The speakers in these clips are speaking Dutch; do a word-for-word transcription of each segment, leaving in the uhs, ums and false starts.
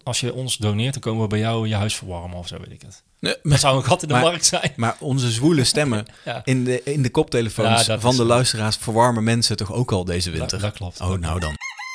als je ons doneert, dan komen we bij jou je huis verwarmen of zo, weet ik het. Nee, Dat zou een gat in de maar, markt zijn. Maar onze zwoele stemmen ja. in, de, in de koptelefoons ja, van de zo. luisteraars verwarmen mensen toch ook al deze winter? Dat, dat klopt. Oh, nou dan.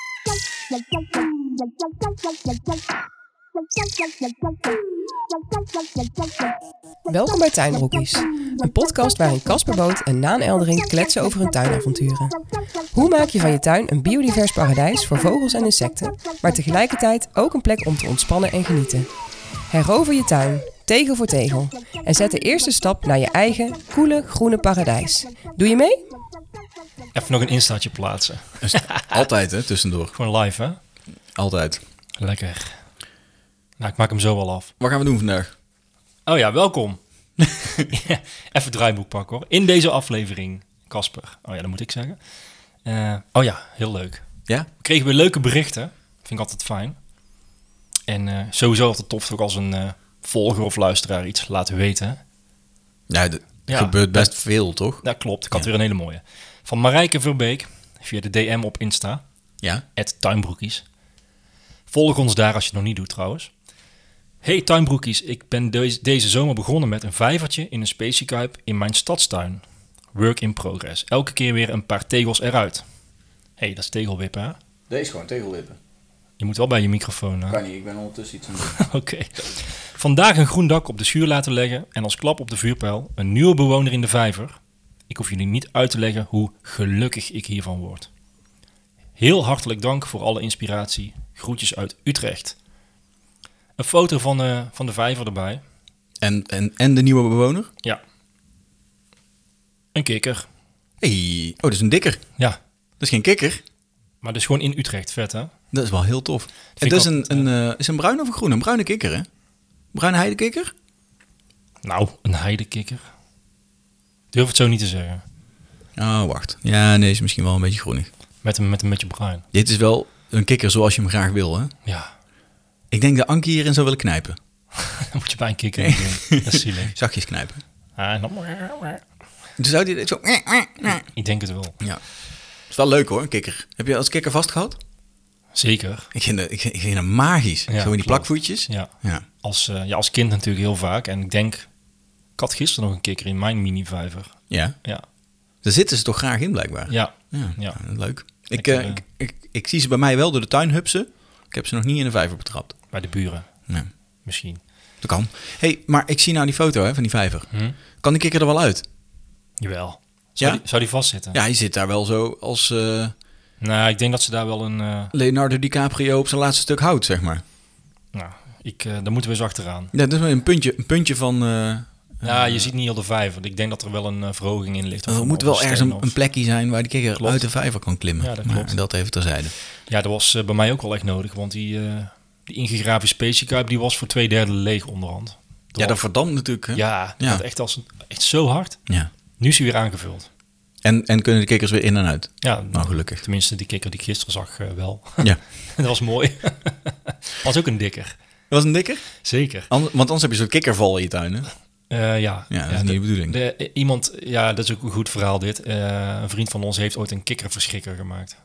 Welkom bij Tuinbroekies, een podcast waarin Casper Boot en Naan Eldering kletsen over hun tuinavonturen. Hoe maak je van je tuin een biodivers paradijs voor vogels en insecten, maar tegelijkertijd ook een plek om te ontspannen en genieten? Herover je tuin, tegel voor tegel, en zet de eerste stap naar je eigen, koele, groene paradijs. Doe je mee? Even nog een instaatje plaatsen. Altijd, hè, tussendoor. Gewoon live, hè? Altijd. Lekker. Nou, ik maak hem zo wel af. Wat gaan we doen vandaag? Oh ja, welkom. Even het draaiboek pakken, hoor. In deze aflevering, Casper. Oh ja, dat moet ik zeggen. Uh, oh ja, heel leuk. Ja? We kregen weer leuke berichten. Vind ik altijd fijn. En uh, sowieso altijd tof ook als een uh, volger of luisteraar iets laten weten. Ja, er ja, gebeurt best dat, veel, toch? Dat klopt. Ik had ja. weer een hele mooie. Van Marijke Verbeek, via de D M op Insta. Ja. at tuinbroekies. Volg ons daar als je het nog niet doet, trouwens. Hey tuinbroekies, ik ben deze, deze zomer begonnen met een vijvertje in een speciekuip in mijn stadstuin. Work in progress. Elke keer weer een paar tegels eruit. Hé, hey, dat is tegelwippen, hè? Deze is gewoon tegelwippen. Je moet wel bij je microfoon. Hè? Kan niet, ik ben ondertussen iets aan het doen. Oké. Okay. Vandaag een groen dak op de schuur laten leggen en als klap op de vuurpijl een nieuwe bewoner in de vijver. Ik hoef jullie niet uit te leggen hoe gelukkig ik hiervan word. Heel hartelijk dank voor alle inspiratie. Groetjes uit Utrecht. Een foto van, uh, van de vijver erbij. En, en, en de nieuwe bewoner? Ja. Een kikker. Hey. Oh, dat is een dikker. Ja. Dat is geen kikker. Maar dat is gewoon in Utrecht, vet hè? Dat is wel heel tof. En dat is een, een, uh, is een bruin of een groen? Een bruine kikker, hè? Bruine heidekikker? Nou, een heidekikker. Durf het zo niet te zeggen. Oh, wacht. Ja, nee, is misschien wel een beetje groenig. Met een, met een beetje bruin. Dit is wel een kikker zoals je hem graag wil, hè? Ja. Ik denk dat Ankie hierin zou willen knijpen. Dan moet je bij een kikker nee. doen. Dat is zielig. Zachtjes knijpen. Ah, en dan... Dus zou die dit zo... Ik denk het wel. Ja. Het is wel leuk hoor, een kikker. Heb je als kikker vastgehad? Zeker. Ik vind het, ik vind, ik vind het magisch. Ja, zo in die klopt. plakvoetjes. Ja. Ja. Als, uh, ja, als kind natuurlijk heel vaak. En ik denk... Ik had gisteren nog een kikker in mijn mini-vijver. Ja? Ja. Daar zitten ze toch graag in blijkbaar? Ja. Ja, ja. ja leuk. Ik, uh, uh, ik, ik, ik zie ze bij mij wel door de tuin hupsen. Ik heb ze nog niet in de vijver betrapt. Bij de buren. Nee. Misschien. Dat kan. Hey, maar ik zie nou die foto hè, van die vijver. Hm? Kan die kikker er wel uit? Jawel. Zou, Ja? die, zou die vastzitten? Ja, je zit daar wel zo als uh, Nou, ik denk dat ze daar wel een... Uh... Leonardo DiCaprio op zijn laatste stuk hout, zeg maar. Nou, ik, uh, daar moeten we eens achteraan. Ja, dat is wel een puntje, een puntje van... Uh, ja, je ziet niet heel de vijver. Ik denk dat er wel een uh, verhoging in ligt. Er moet wel ergens een, een plekje zijn waar die kikker klopt. uit de vijver kan klimmen. Ja, dat klopt. Maar dat even terzijde. Ja, dat was uh, bij mij ook wel echt nodig. Want die, uh, die ingegraven speciekuip, die was voor twee derde leeg onderhand. Dat ja, dat was... verdampt natuurlijk. Hè? Ja, ja. Dat echt, als een, echt zo hard. Ja. Nu is hij weer aangevuld. En, en kunnen de kikkers weer in en uit? Ja, nou gelukkig. Tenminste, die kikker die ik gisteren zag uh, wel. Ja. Dat was mooi. Was ook een dikker. Was een dikker? Zeker. Ander, want anders heb je zo'n kikkerval in je tuin, hè? Uh, ja. Ja, dat ja, is niet de, de bedoeling. De, iemand, ja, dat is ook een goed verhaal dit. Uh, een vriend van ons heeft ooit een kikkerverschrikker gemaakt.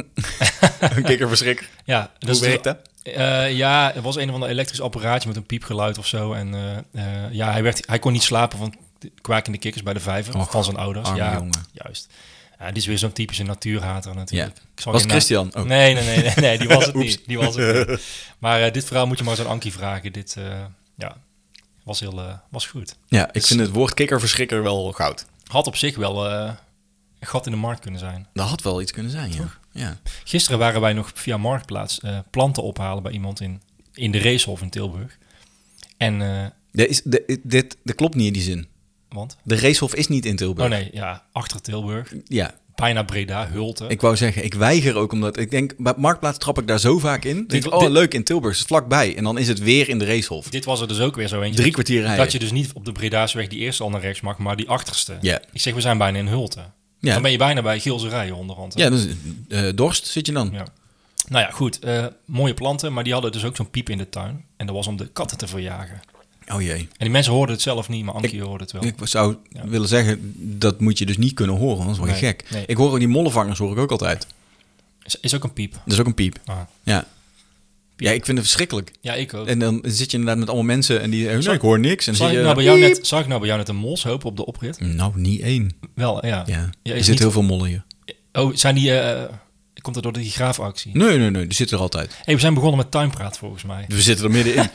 Een kikkerverschrikker? Ja. Hoe dus werkt dat? Uh, ja, het was een van de elektrisch apparaatje met een piepgeluid of zo. En uh, uh, ja, hij, werd, hij kon niet slapen van kwakende kikkers bij de vijver Och, van zijn ouders. Arme ja, jongen. Juist. Ja, die is weer zo'n typische natuurhater natuurlijk. Ja. Ik zal was Christian na- oh. nee, nee, nee, nee, nee, die was het niet. Die was het niet. Maar uh, dit verhaal moet je maar zo'n Ankie vragen. Dit, uh, ja, was heel, uh, was goed. Ja, ik dus, vind het woord kikkerverschrikker wel goud. Had op zich wel uh, een gat in de markt kunnen zijn. Dat had wel iets kunnen zijn, ja. ja. Gisteren waren wij nog via Marktplaats uh, planten ophalen bij iemand in, in de Reeshof in Tilburg. En... Uh, de is, de, dit, dat klopt niet in die zin. Want? De Reeshof is niet in Tilburg. Oh nee, ja, achter Tilburg. Ja. Bijna Breda, Hulte. Ik wou zeggen, ik weiger ook omdat... Ik denk, bij Marktplaats trap ik daar zo vaak in. Dit, denk, oh, dit, leuk, in Tilburg, is het vlakbij. En dan is het weer in de Reeshof. Dit was er dus ook weer zo eentje. Drie kwartier rijden. Dat je dus niet op de Bredaseweg die eerste al naar rechts mag, maar die achterste. Ja. Ik zeg, we zijn bijna in Hulte. Ja. Dan ben je bijna bij Geelse Rijen onderhand. Hè? Ja, dus uh, dorst zit je dan. Ja. Nou ja, goed. Uh, mooie planten, maar die hadden dus ook zo'n piep in de tuin. En dat was om de katten te verjagen. Oh jee. En die mensen hoorden het zelf niet, maar Ankie hoorde het wel. Ik zou ja. willen zeggen, dat moet je dus niet kunnen horen, anders word je nee, gek. Nee. Ik hoor die mollenvangers hoor ik ook altijd. Is, is ook een piep. Dat is ook een piep. Ah. Ja. Ja, ik vind het verschrikkelijk. Ja, ik ook. En dan zit je inderdaad met allemaal mensen en die... Zag- ik hoor niks. En dan Zag zit ik, je... nou bij jou net, zag ik nou bij jou net een molshoop op de oprit? Nou, niet één. Wel, ja. Ja, Ja, er is zit niet- heel veel mollen hier. Oh, zijn die... eh, komt dat door die graafactie? Nee, nee, nee. Die zit er altijd. Hey, we zijn begonnen met tuinpraat volgens mij. We zitten er middenin.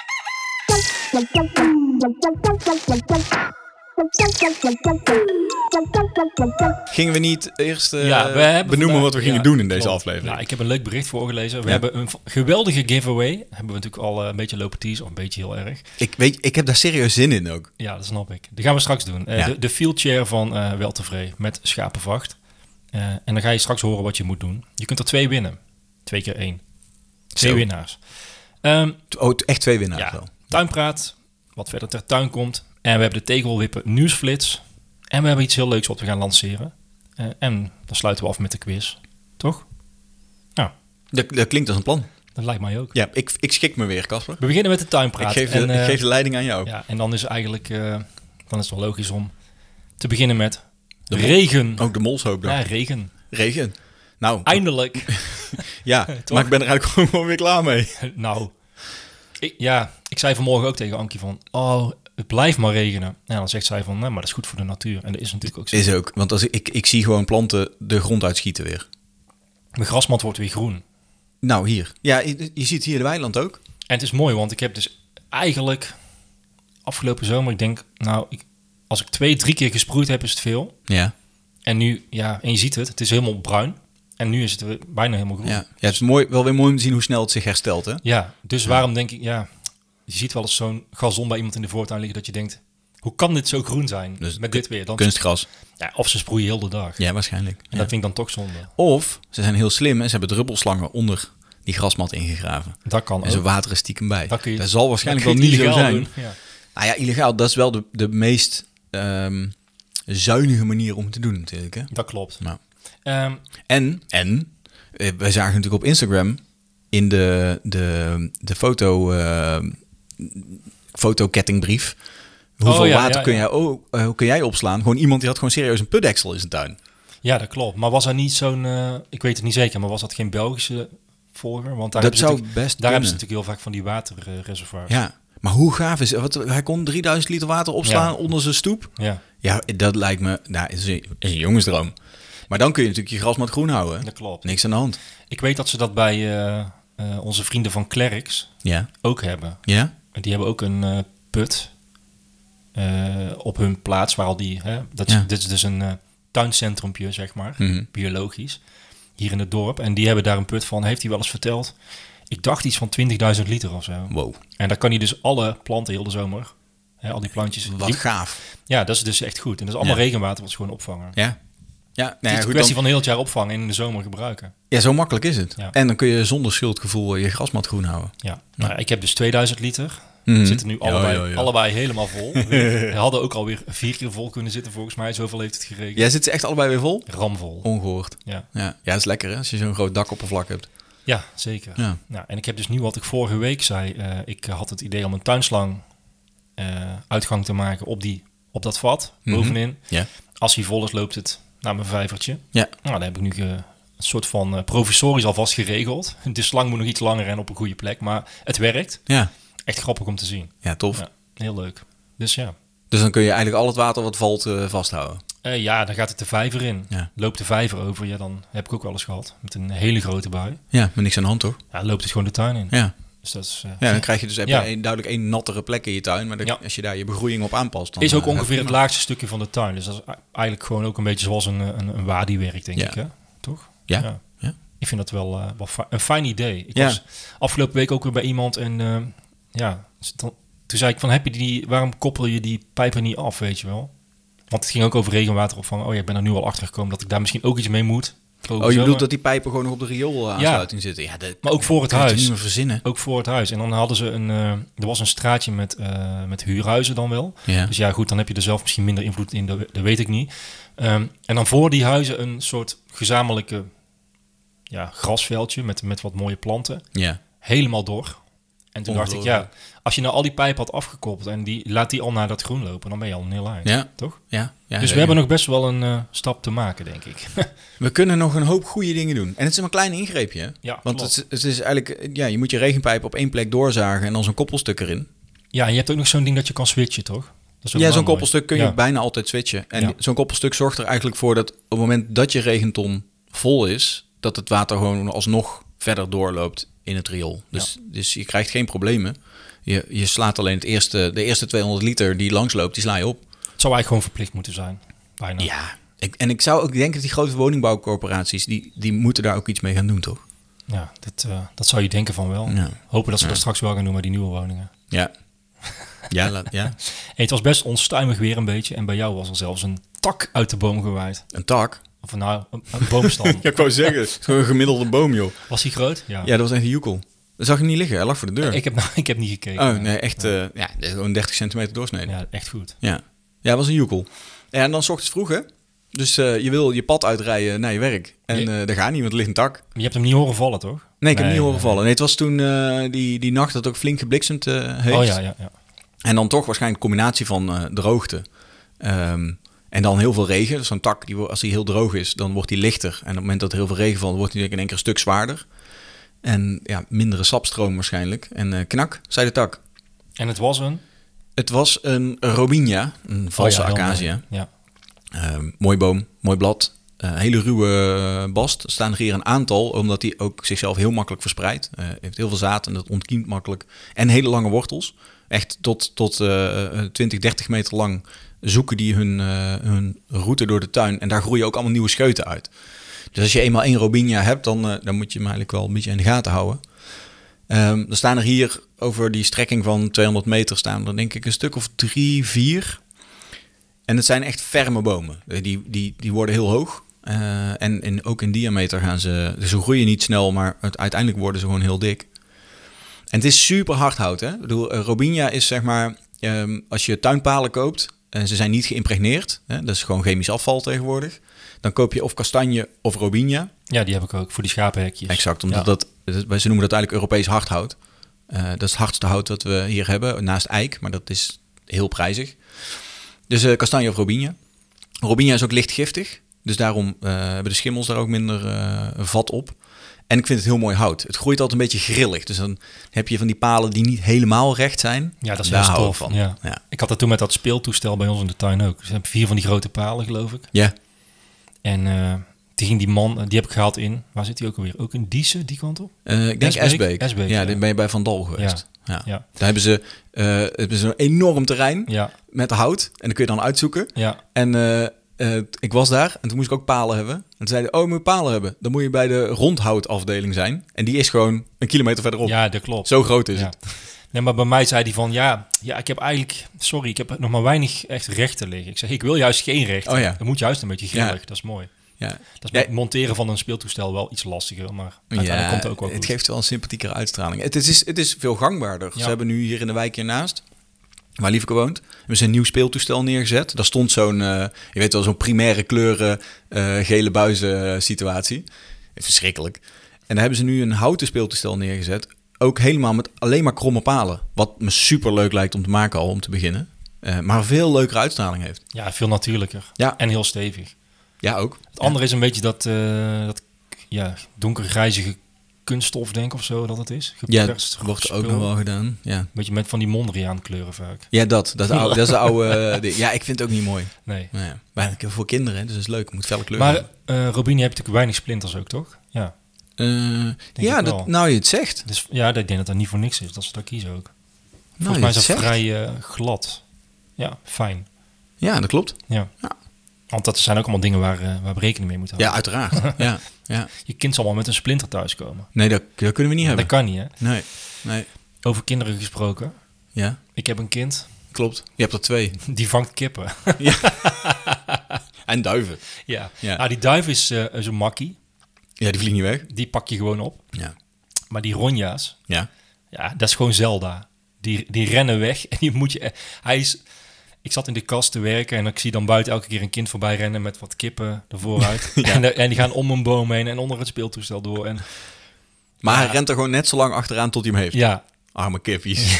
Gingen we niet eerst uh, Ja, we hebben benoemen vandaag- wat we gingen ja, doen in deze klopt. aflevering? Nou, ik heb een leuk bericht voorgelezen. We Ja. hebben een v- geweldige giveaway. Hebben we natuurlijk al eh, een beetje lopen teasen, of een beetje heel erg. Ik, weet, ik heb daar serieus zin in ook. Ja, dat snap ik. Die gaan we straks doen. Eh, Ja. de, de field chair van eh Weltevree met schapenvacht. Eh, en dan ga je straks horen wat je moet doen. Je kunt er twee winnen. Twee keer één. Twee Zo. winnaars. Ehm, Oh, echt twee winnaars ja, wel. tuinpraat. Wat verder ter tuin komt. En we hebben de tegelwippen nieuwsflits. En we hebben iets heel leuks wat we gaan lanceren. Eh, en dan sluiten we af met de quiz. Toch? Nou, Dat, dat klinkt als een plan. dat lijkt mij ook. Ja, ik, ik schik me weer, Casper. We beginnen met de Ik tuinpraat. geef, de, en, ik eh, geef de leiding aan jou. ja, en dan is eigenlijk eh, dan is het wel logisch om te beginnen met De mol- regen. Ook de molshoop dan. Ja, regen. Regen. Nou, Eindelijk. ja, Toch? maar ik ben er eigenlijk gewoon wel weer klaar mee. nou, ik, ja, ik zei vanmorgen ook tegen Ankie van, oh, het blijft maar regenen. En dan zegt zij van, nee, maar dat is goed voor de natuur. En dat is natuurlijk ook zo. Is ook, want als ik, ik, ik zie gewoon planten de grond uitschieten weer. Mijn grasmat wordt weer groen. Nou, hier. Ja, je, je ziet hier de weiland ook. En het is mooi, want ik heb dus eigenlijk afgelopen zomer, ik denk, nou, ik, als ik twee, drie keer gesproeid heb, is het veel. Ja. En nu, ja, en je ziet het, het is helemaal bruin. En nu is het weer bijna helemaal groen. Ja, ja, het is mooi, wel weer mooi om te zien hoe snel het zich herstelt, hè? Ja, dus waarom denk ik, ja, je ziet wel eens zo'n gazon bij iemand in de voortuin liggen dat je denkt, hoe kan dit zo groen zijn Dus met dit weer? Dan, Kunstgras. ja, of ze sproeien heel de dag. Ja, waarschijnlijk. En Ja. dat vind ik dan toch zonde. Of ze zijn heel slim en ze hebben druppelslangen onder die grasmat ingegraven. Dat kan En ze ook. wateren stiekem bij. Dat kun je- dat zal waarschijnlijk Dat wel kun je niet zo illegaal zijn. doen, Ja. Nou ja, illegaal, dat is wel de, de meest ehm, zuinige manier om te doen natuurlijk. Hè? Dat klopt. Nou. Ehm, En, en eh, wij zagen natuurlijk op Instagram in de, de, de foto, eh, fotokettingbrief. Hoeveel Oh, ja, water ja, kun, ja. Jij, oh, eh, hoe kun jij opslaan? Gewoon iemand die had gewoon serieus een putdeksel in zijn tuin. ja, dat klopt. Maar was er niet zo'n, eh, ik weet het niet zeker, maar was dat geen Belgische volger? Want daar Dat hebben ze zou natuurlijk- best daar hebben ze kunnen. natuurlijk heel vaak van die waterreservoirs. Ja, maar hoe gaaf is het? Wat, hij kon drieduizend liter water opslaan Ja. onder zijn stoep. Ja, Ja, dat lijkt me, nou, is een, is een jongensdroom. Maar dan kun je natuurlijk je grasmat groen houden. dat klopt. Niks aan de hand. Ik weet dat ze dat bij eh, eh, onze vrienden van Klerks Ja. ook hebben. Ja? En die hebben ook een eh, put eh, op hun plaats waar al die, hè, dat is, Ja. dit is dus een eh tuincentrumpje, zeg maar, Mhm. biologisch, hier in het dorp. En die hebben daar een put van, heeft hij wel eens verteld. Ik dacht iets van twintigduizend liter of zo. Wow, En daar kan hij dus alle planten heel de zomer, hè, al die plantjes. wat die- gaaf. ja, dat is dus echt goed. En dat is allemaal Ja. regenwater wat ze gewoon opvangen. Ja? Ja, nou Het ja, is een goed, kwestie dan, van heel het jaar opvangen en in de zomer gebruiken. ja, zo makkelijk is het. Ja. En dan kun je zonder schuldgevoel je grasmat groen houden. Ja. Nou, ja, ik heb dus tweeduizend liter. Mhm. We zitten nu Ja, allebei, ja, ja. allebei helemaal vol. We hadden ook alweer vier keer vol kunnen zitten volgens mij. Zoveel heeft het geregeld. Jij zit ze echt allebei weer vol? Ramvol. Ongehoord. Ja. Ja, ja, dat is lekker hè, als je zo'n groot dakoppervlak hebt. Ja, zeker. Ja. Nou, en ik heb dus nu wat ik vorige week zei. eh, ik had het idee om een tuinslang eh, uitgang te maken op, die, op dat vat, Mhm. bovenin. Ja. Als hij vol is, loopt het naar mijn vijvertje. Ja. Nou, dan heb ik nu eh, een soort van eh, provisorisch alvast geregeld. De slang moet nog iets langer en op een goede plek, maar het werkt. Ja. Echt grappig om te zien. Ja, tof. Ja, heel leuk. Dus ja. Dus dan kun je eigenlijk al het water wat valt eh, vasthouden. Eh, ja, dan gaat het de vijver in. Ja. Loopt de vijver over, ja, dan heb ik ook wel eens gehad. Met een hele grote bui. Ja, maar niks aan de hand toch? Ja, dan loopt het gewoon de tuin in. Ja. Dus dat is, eh, Ja, dan krijg je dus heb Ja. je een, duidelijk één nattere plek in je tuin. Maar dan- Ja. als je daar je begroeiing op aanpast... Dan, is ook eh, ongeveer het prima. laagste stukje van de tuin. Dus dat is eigenlijk gewoon ook een beetje zoals een, een, een wadi werkt, denk Ja. ik. Hè? Toch? Ja. Ja. Ik vind dat wel, eh, wel fi- een fijn idee. Ik Ja. was afgelopen week ook weer bij iemand en eh, ja, dan, toen zei ik van, heb je die, waarom koppel je die pijpen niet af, weet je wel? Want het ging ook over regenwater opvangen. Oh ja, ik ben er nu al achter gekomen dat ik daar misschien ook iets mee moet. Oh, je bedoelt dat die pijpen gewoon nog op de rioolaansluiting zitten? Ja, dat, Maar ook voor het kan je toch huis. niet meer verzinnen. Ook voor het huis. En dan hadden ze een, eh, er was een straatje met, eh, met huurhuizen dan wel. Ja. Dus ja, goed, dan heb je er zelf misschien minder invloed in, dat, dat weet ik niet. Ehm, en dan voor die huizen een soort gezamenlijke ja, grasveldje met, met wat mooie planten. Ja. Helemaal door. En toen dacht ik, ja, als je nou al die pijpen had afgekoppeld en die laat die al naar dat groen lopen, dan ben je al een heel eind, Ja. toch? Ja, ja, dus ja, we ja. hebben nog best wel een uh, stap te maken, denk ik. We kunnen nog een hoop goede dingen doen. En het is maar een klein ingreepje. Hè? Ja, Want klopt. het, het is eigenlijk, ja, je moet je regenpijp op één plek doorzagen en dan zo'n koppelstuk erin. Ja, en je hebt ook nog zo'n ding dat je kan switchen, toch? Dat is ook Ja, wel zo'n mooi. koppelstuk kun je Ja. bijna altijd switchen. En Ja. zo'n koppelstuk zorgt er eigenlijk voor dat op het moment dat je regenton vol is, dat het water gewoon alsnog verder doorloopt in het riool. Dus, Ja. dus je krijgt geen problemen. Je, je slaat alleen het eerste, de eerste tweehonderd liter die langsloopt, die sla je op. Het zou eigenlijk gewoon verplicht moeten zijn. Bijna. Ja, ik, en ik zou ook denken dat die grote woningbouwcorporaties, die, die moeten daar ook iets mee gaan doen, toch? Ja, dat, uh, dat zou je denken van wel. Ja. Hopen dat ze Ja. dat straks wel gaan doen met die nieuwe woningen. Ja. Ja, laat, ja. En het was best onstuimig weer een beetje. En bij jou was er zelfs een tak uit de boom gewaaid. Een tak. Of nou, een, een boomstam. Ja, ik wou zeggen, het is gewoon een gemiddelde boom, joh. Was die groot? Ja. Ja, dat was echt een joekel. Dat zag je niet liggen, hij lag voor de deur. Ik, heb, nou, ik heb niet gekeken. Oh, nee, echt, uh, ja, dat is gewoon dertig centimeter doorsneden. Ja, echt goed. Ja, ja, het was een joekel. Ja, en dan 's ochtends vroeg, hè. Dus uh, je wil je pad uitrijden naar je werk. En uh, dat gaat niet, want er ligt een tak. Je hebt hem niet horen vallen, toch? Nee, ik heb hem nee, niet horen nee, vallen. Nee, het was toen uh, die, die nacht dat ook flink gebliksemd uh, heeft. Oh ja, ja, ja. En dan toch waarschijnlijk een combinatie van uh, droogte. Um, en dan heel veel regen. Dus zo'n tak, die, als die heel droog is, dan wordt die lichter. En op het moment dat er heel veel regen valt, wordt die in één keer een stuk zwaarder. En ja, mindere sapstroom waarschijnlijk. En uh, knak, zei de tak. En het was een? Het was een robinia, een valse oh ja, acacia. Ja. Uh, mooi boom, mooi blad. Uh, hele ruwe bast. Er staan er hier een aantal, omdat die ook zichzelf heel makkelijk verspreidt. Uh, heeft heel veel zaad en dat ontkiemt makkelijk. En hele lange wortels. Echt tot, tot uh, twintig, dertig meter lang zoeken die hun, uh, hun route door de tuin. En daar groeien ook allemaal nieuwe scheuten uit. Dus als je eenmaal één robinia hebt, dan, uh, dan moet je hem eigenlijk wel een beetje in de gaten houden. Um, er staan er hier over die strekking van tweehonderd meter staan er denk ik een stuk of drie, vier. En het zijn echt ferme bomen. Die, die, die worden heel hoog. Uh, en, en ook in diameter gaan ze... Ze groeien niet snel, maar het, uiteindelijk worden ze gewoon heel dik. En het is super hard hout, hè? Ik bedoel, uh, robinia is zeg maar... Um, als je tuinpalen koopt en ze zijn niet geïmpregneerd... Hè, dat is gewoon chemisch afval tegenwoordig... dan koop je of kastanje of robinia. Ja, die heb ik ook voor die schapenhekjes. Exact, omdat ja. dat... Ze noemen dat eigenlijk Europees hardhout. Uh, dat is het hardste hout dat we hier hebben, naast eik. Maar dat is heel prijzig. Dus uh, kastanje of robinia. Robinia is ook licht giftig. Dus daarom uh, hebben de schimmels daar ook minder uh, vat op. En ik vind het heel mooi hout. Het groeit altijd een beetje grillig. Dus dan heb je van die palen die niet helemaal recht zijn. Ja, dat is daar heel hou tof. ik van. Ja. Ja. Ik had dat toen met dat speeltoestel bij ons in de tuin ook. Dus ik heb vier van die grote palen, geloof ik. Ja. En uh, die ging die man, die heb ik gehaald in. Waar zit hij ook alweer? Ook in Diezen, die kant op? Uh, ik denk Esbeek. Esbeek, ja, ja. dan ben je bij Van Dal geweest. Ja. Ja. Ja. Daar hebben ze, uh, hebben ze een enorm terrein Ja. met hout. En dan kun je dan uitzoeken. Ja. En uh, uh, ik was daar en toen moest ik ook palen hebben. En toen zeiden oh, je moet palen hebben. Dan moet je bij de rondhoutafdeling zijn. En die is gewoon een kilometer verderop. Ja, dat klopt. Zo groot is ja. het. Nee, maar bij mij zei hij van, ja, ja, ik heb eigenlijk, sorry, ik heb nog maar weinig echt rechten liggen. Ik zeg, ik wil juist geen rechten. Oh ja. Dan moet juist een beetje grillig, Ja. dat is mooi. Ja. Dat is Ja. met monteren van een speeltoestel wel iets lastiger, maar uiteindelijk Ja, komt het ook wel het goed. geeft wel een sympathieke uitstraling. Het is, het is veel gangbaarder. Ja. Ze hebben nu hier in de wijk hiernaast, waar Liefke woont, hebben ze een nieuw speeltoestel neergezet. Daar stond zo'n, uh, je weet wel, zo'n primaire kleuren uh, gele buizen situatie. Verschrikkelijk. En daar hebben ze nu een houten speeltoestel neergezet. Ook helemaal met alleen maar kromme palen. Wat me super leuk lijkt om te maken al, om te beginnen. Uh, maar veel leukere uitstraling heeft. Ja, veel natuurlijker. Ja. En heel stevig. Ja, ook. Het andere is een beetje dat, uh, dat ja, donkergrijzige kunststof, denk ik, of zo, dat het is. Ja, Geperst, wordt ook gespul. nog wel gedaan. Ja, Een beetje met van die Mondriaan kleuren vaak. ja dat. Dat is, oude, dat is de oude... Uh, ja, ik vind het ook niet mooi. Nee. Nou ja, maar ik heb voor kinderen, hè, dus dat is leuk. Het moet felle kleur Maar hebben. uh, Robinia heb je natuurlijk weinig splinters ook, toch? Ja. Uh, ja, ik dat, wel. nou je het zegt. Dus ja, ik denk dat dat niet voor niks is, dat ze dat kiezen ook. Nou, Volgens je mij is het dat zegt. vrij uh, glad. Ja, fijn. Ja, dat klopt. Ja. Ja. Want dat zijn ook allemaal dingen waar, uh, waar we rekening mee moeten Ja, houden. uiteraard. ja, ja. Je kind zal wel met een splinter thuiskomen. Nee, dat, dat kunnen we niet Dat hebben. kan niet, hè? Nee, nee. Over kinderen gesproken. Ja, Ik heb een kind, klopt. Je hebt er twee. die vangt kippen. En duiven. ja. Ja. Nou, die duif is uh, zo'n makkie. Ja, die vliegen niet weg. Die pak je gewoon op. Ja. Maar die ronja's, Ja. ja, dat is gewoon Zelda. Die, die rennen weg en die moet je... Hij is... Ik zat in de kast te werken en ik zie dan buiten elke keer een kind voorbij rennen met wat kippen ervoor uit. Ja. en, de, en die gaan om een boom heen en onder het speeltoestel door. En Maar Ja. hij rent er gewoon net zo lang achteraan tot hij hem heeft. ja, Arme kippies.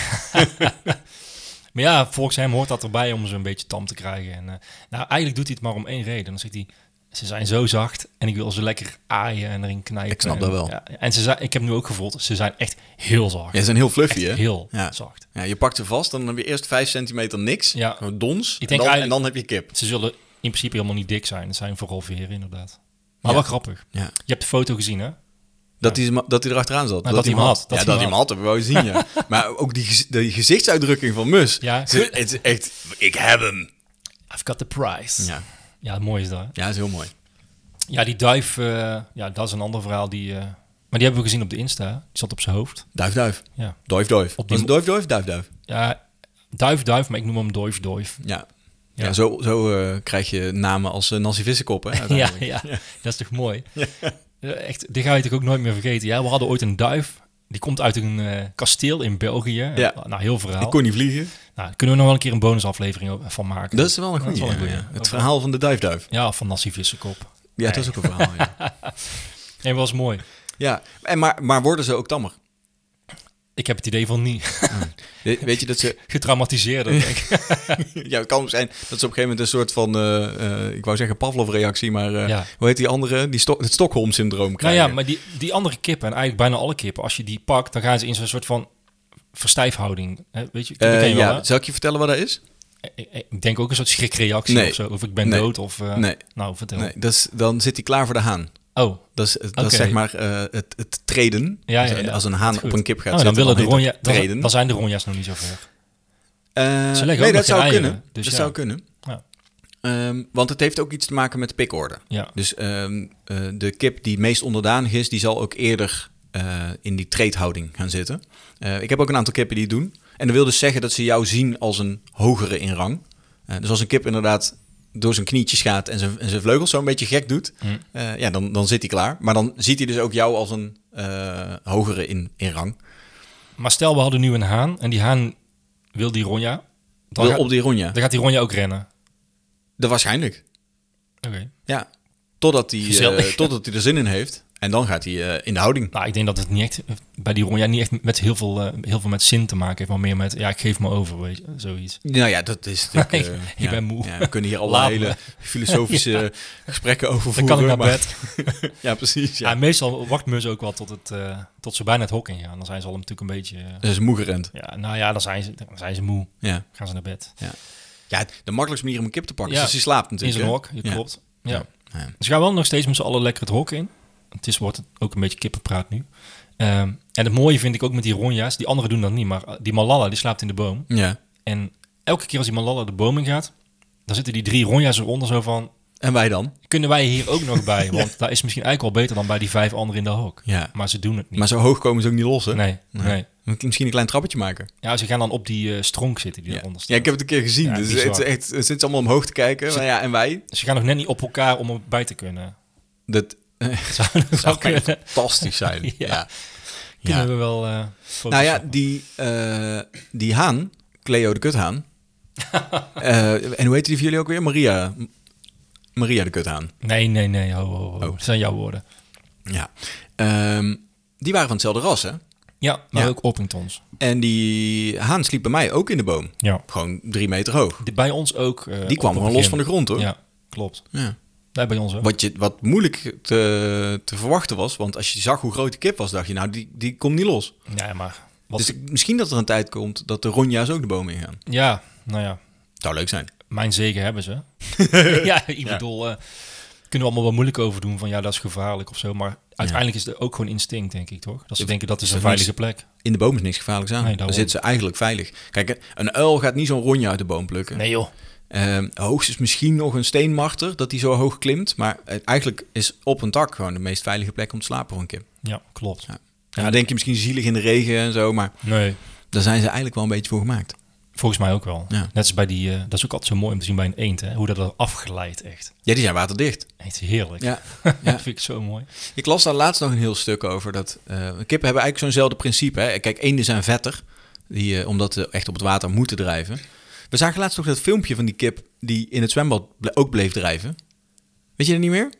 Maar ja, volgens hem hoort dat erbij om ze een beetje tam te krijgen. En, uh, nou, eigenlijk doet hij het maar om één reden. Dan zegt hij, ze zijn zo zacht en ik wil ze lekker aaien en erin knijpen. Ik snap en, dat wel. Ja, en ze zijn, ik heb nu ook gevoeld, ze zijn echt heel zacht. Ja, ze zijn heel fluffy, echt hè? heel ja. zacht. Ja, je pakt ze vast, dan heb je eerst vijf centimeter niks. Ja. Gewoon dons. Ik denk en, dan, eigenlijk- en dan heb je kip. Ze zullen in principe helemaal niet dik zijn. Het zijn vooral veren, inderdaad. Maar Ja. wel grappig. Ja. Je hebt de foto gezien, hè? Dat hij dat hij erachteraan zat. Nou, dat hij hem had. Dat ja, hij dat hem hij hem had, hebben we wel gezien, ja. Maar ook die, gez- die gezichtsuitdrukking van Mus. Ja. Ze- Het is echt, ik heb hem. I've got the prize. Ja, Ja, mooi is dat. hè? ja, dat is heel mooi. Ja, die duif, uh, ja, dat is een ander verhaal. Die, uh, maar die hebben we gezien op de Insta. Die zat op zijn hoofd. Duif, duif. Ja, Duif, duif. Op Was die- het duif, duif, duif, duif? ja duif, duif, maar ik noem hem duif, duif. Ja. Ja, Ja. zo, zo uh, krijg je namen als uh, Nancy Vissenkop, hè? Ja, uiteindelijk. ja, dat is toch mooi? Ja. Echt, die ga je toch ook nooit meer vergeten. Ja, we hadden ooit een duif. Die komt uit een uh, kasteel in België. Ja. Nou, heel verhaal. Ik kon niet vliegen. Nou, daar kunnen we nog wel een keer een bonusaflevering o- van maken. Dat is wel een Dat is goeie. wel een ja. goeie. Het verhaal van de duifduif. Ja, van Nassie Vissenkop. Ja, dat is ook een verhaal, ja. Nee, was mooi. Ja, en maar, maar worden ze ook tammer? Ik heb het idee van niet. We- Weet je dat ze... Getraumatiseerd, denk ik. Ja, het kan ook zijn dat ze op een gegeven moment een soort van... uh, uh, ik wou zeggen Pavlov-reactie, maar uh, Ja. hoe heet die andere? Die Sto- het Stockholm-syndroom Nou krijgen. ja, maar die, die andere kippen, en eigenlijk bijna alle kippen, als je die pakt, dan gaan ze in zo'n soort van verstijfhouding. Hè? Weet je, dat Uh, ken je wel, ja, hè? zal ik je vertellen wat dat is? Ik, ik- ik denk ook een soort schrikreactie Nee. of zo. Of ik ben Nee. dood, of... uh, Nee. Nou, vertel. Nee, dat is, dan zit hij klaar voor de haan. Oh, Dat is, dat Oké. is zeg maar uh, het, het treden. Ja, als, ja, ja. als een haan Goed. op een kip gaat oh, dan, zitten, willen de heet ronja, dat dan, treden. dan zijn de ronja's nog niet zo ver. Uh, Ze leggen nee, ook dat nog zou geen kunnen. eieren, dus dat ja. zou kunnen. Ja. Um, want het heeft ook iets te maken met de pikorde. Ja. Dus um, uh, de kip die het meest onderdanig is, die zal ook eerder uh, in die treedhouding gaan zitten. Uh, ik heb ook een aantal kippen die het doen. En dat wil dus zeggen dat ze jou zien als een hogere in rang. Uh, dus als een kip inderdaad door zijn knietjes gaat en zijn, en zijn vleugels zo een beetje gek doet, Hm. uh, ja, dan, dan zit hij klaar. Maar dan ziet hij dus ook jou als een uh, hogere in, in rang. Maar stel, we hadden nu een haan en die haan wil die ronja. Dan, Wil gaat, op die ronja. dan gaat die ronja ook rennen. Dat waarschijnlijk. Oké. Ja. Totdat hij, uh, Gezellig. totdat hij er zin in heeft. En dan gaat hij uh, in de houding. Nou, ik denk dat het niet echt bij die ronja niet echt met heel veel, uh, heel veel met zin te maken heeft, maar meer met, ja, ik geef me over, weet je, zoiets. Nou ja, dat is natuurlijk... Uh, Ik ja, ben moe. Ja, we kunnen hier alle Laat hele me. filosofische Ja. gesprekken over Dan voeren. kan ik naar maar- bed. Ja, precies. Ja. Ja. meestal wacht Mus ook wel tot, het, uh, tot ze bijna het hok ingaan. Dan zijn ze al natuurlijk een beetje... Uh, Dat is moe gerend. ja, nou ja, dan zijn, ze, dan zijn ze moe. Ja. Gaan ze naar bed. Ja, de makkelijkste manier om een kip te pakken Ja. is als hij slaapt In natuurlijk. zijn hè? hok, je Ja. klopt. Ja. Ja. Ja. Ze gaan wel nog steeds met z'n allen lekker het hok in. Het is, wordt ook een beetje kippenpraat nu. Um, en het mooie vind ik ook met die ronja's. Die anderen doen dat niet, maar die Malala die slaapt in de boom. Ja. En elke keer als die Malala de boom in gaat, dan zitten die drie ronja's eronder zo van... En wij dan? Kunnen wij hier ook nog bij? Want daar is misschien eigenlijk wel beter dan bij die vijf anderen in de hok. Ja. Maar ze doen het niet. Maar zo hoog komen ze ook niet los, hè? Nee, nee. Nee. Misschien een klein trappetje maken. Ja, ze gaan dan op die uh, stronk zitten die Ja. eronder staat. Ja, ik heb het een keer gezien. Ja, dus bizar. het, is echt, het zit allemaal omhoog te kijken. Maar ja, en wij? Dus ze gaan nog net niet op elkaar om erbij te kunnen. Dat Zou, zou zou kunnen. fantastisch zijn. Ja. Ja. Kunnen Ja. we wel uh, Nou ja, die, uh, die haan, Cleo de kuthaan. uh, en hoe heet die voor jullie ook weer? Maria. Maria de kuthaan. Nee, nee, nee. Ho, ho, ho. Oh. Dat zijn jouw woorden. Ja. Um, die waren van hetzelfde ras, hè? Ja, maar Ja. ook Orpingtons. En die haan sliep bij mij ook in de boom. Ja. Gewoon drie meter hoog. Die, bij ons ook. Uh, Die kwam op gewoon het los van begin. de grond, hoor. Ja, klopt. Ja. Nee, bij ons ook. Wat, je, wat moeilijk te, te verwachten was. Want als je zag hoe groot die kip was, dacht je, nou, die, die komt niet los. Ja, maar... Wat, Dus ik- misschien dat er een tijd komt dat de ronja's ook de boom ingaan. ja, nou ja. Zou leuk zijn. Mijn zegen hebben ze. ja, ik bedoel... Uh, kunnen we allemaal wel moeilijk over doen van ja, dat is gevaarlijk of zo. Maar uiteindelijk is het ook gewoon instinct, denk ik, toch? Dat ze Het- denken dat is is een er veilige niks- plek. In de boom is niks gevaarlijks aan. Nee, Dan daarom. zitten ze eigenlijk veilig. Kijk, een uil gaat niet zo'n ronja uit de boom plukken. Nee joh. Uh, hoogstens misschien nog een steenmarter, dat die zo hoog klimt. Maar uh, eigenlijk is op een tak gewoon de meest veilige plek om te slapen voor een kip. Ja, klopt. Ja. En dan denk je misschien zielig in de regen en zo, maar Nee, daar zijn ze eigenlijk wel een beetje voor gemaakt. volgens mij ook wel. Ja. Net als bij die, uh, dat is ook altijd zo mooi om te zien bij een eend, hè? Hoe dat er afgeleid echt. Ja, die zijn waterdicht. Echt heerlijk. Ja. dat Ja. vind ik zo mooi. Ik las daar laatst nog een heel stuk over. Dat uh, kippen hebben eigenlijk zo'nzelfde principe. Hè? Kijk, eenden zijn vetter, die, uh, omdat ze echt op het water moeten drijven. We zagen laatst nog dat filmpje van die kip die in het zwembad ble- ook bleef drijven. Weet je dat niet meer?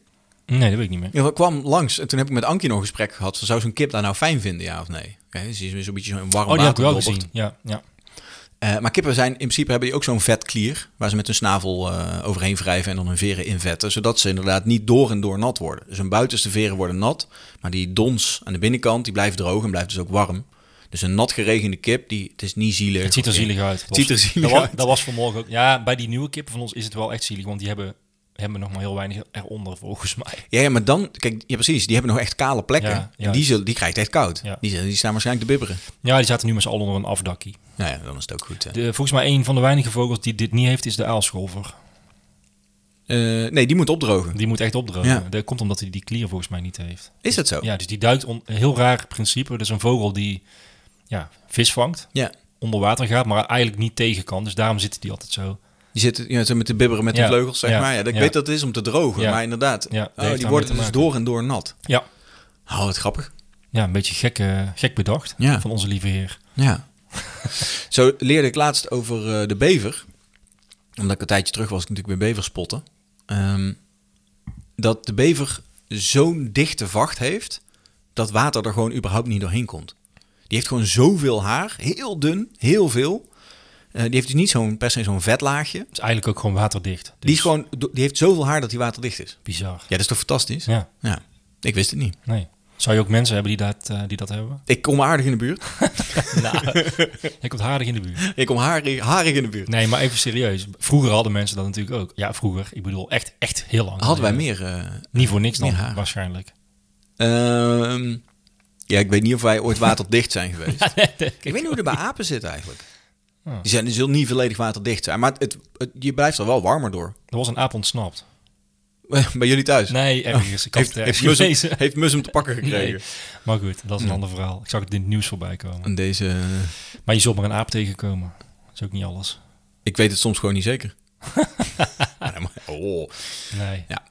Nee, dat weet ik niet meer. Ja, ik kwam langs en toen heb ik met Ankie nog een gesprek gehad. Van, zou zo'n kip daar nou fijn vinden, ja of nee? Okay, dus die is zo'n beetje zo'n warm Oh, die heb ik water wel dobbert. gezien. Ja, ja. Uh, maar kippen zijn in principe hebben die ook zo'n vetklier waar ze met hun snavel uh, overheen wrijven en dan hun veren invetten, zodat ze inderdaad niet door en door nat worden. Dus hun buitenste veren worden nat, maar die dons aan de binnenkant die blijven droog en blijft dus ook warm. Dus een nat geregende kip, die, het is niet zielig. Het ziet er okay. zielig uit. Het ziet er zielig dat uit. Was, dat was vanmorgen ook. Ja, bij die nieuwe kippen van ons is het wel echt zielig, want die hebben, hebben nog maar heel weinig eronder volgens mij. Ja, ja, maar dan, kijk, ja precies, die hebben nog echt kale plekken. Ja, en die, zullen, die krijgt echt koud. Ja. Die, die staan waarschijnlijk te bibberen. Ja, die zaten nu met z'n allen onder een afdakkie. Nou ja, dan is het ook goed. Hè. De, volgens mij een van de weinige vogels die dit niet heeft, is de aalscholver. Uh, nee, die moet opdrogen. Die moet echt opdrogen. Ja. Dat komt omdat hij die klier volgens mij niet heeft. Is dat zo? Ja, dus die duikt, on, een heel raar principe. Dus een vogel die ja, vis vangt, ja. onder water gaat, maar eigenlijk niet tegen kan. Dus daarom zitten die altijd zo. Die zitten ja, zo met de bibberen met ja. de vleugels, zeg ja. maar. Ja, ik ja. weet dat het is om te drogen, ja. maar inderdaad. Ja, oh, die worden dus door en door nat. Ja. Oh, wat grappig. Ja, een beetje gek, uh, gek bedacht ja. van onze lieve heer. Ja. Zo leerde ik laatst over uh, de bever. Omdat ik een tijdje terug was, ik natuurlijk weer bever spotten. Um, dat de bever zo'n dichte vacht heeft, dat water er gewoon überhaupt niet doorheen komt. Die heeft gewoon zoveel haar, heel dun, heel veel. Uh, die heeft dus niet zo'n, per se zo'n vetlaagje. Het is eigenlijk ook gewoon waterdicht. Dus die, is gewoon, die heeft zoveel haar dat hij waterdicht is. Bizar. Ja, dat is toch fantastisch? Ja. Ja. Ik wist het niet. Nee. Zou je ook mensen hebben die dat, uh, die dat hebben? Ik kom aardig in de buurt. nou, je komt harig in de buurt. Ik kom harig, harig in de buurt. Nee, maar even serieus. Vroeger hadden mensen dat natuurlijk ook. Ja, vroeger. Ik bedoel, echt, echt heel lang. Hadden wij meer... Uh, niet voor niks dan, haar. waarschijnlijk. Uh, ja, ik weet niet of wij ooit waterdicht zijn geweest. ja, nee, ik, ik weet niet hoe het bij apen zit eigenlijk. Oh. Die, zijn, die zullen niet volledig waterdicht zijn. Maar het, het, je blijft er wel warmer door. Er was een aap ontsnapt. Bij jullie thuis? Nee, ergens. Ik had heeft, heeft, mus hem, heeft Mus hem te pakken gekregen? Nee. Maar goed, dat is een ja. ander verhaal. Ik zag het in het nieuws voorbij komen. En deze... Maar je zult maar een aap tegenkomen. Dat is ook niet alles. Ik weet het soms gewoon niet zeker. oh. Nee. Ja.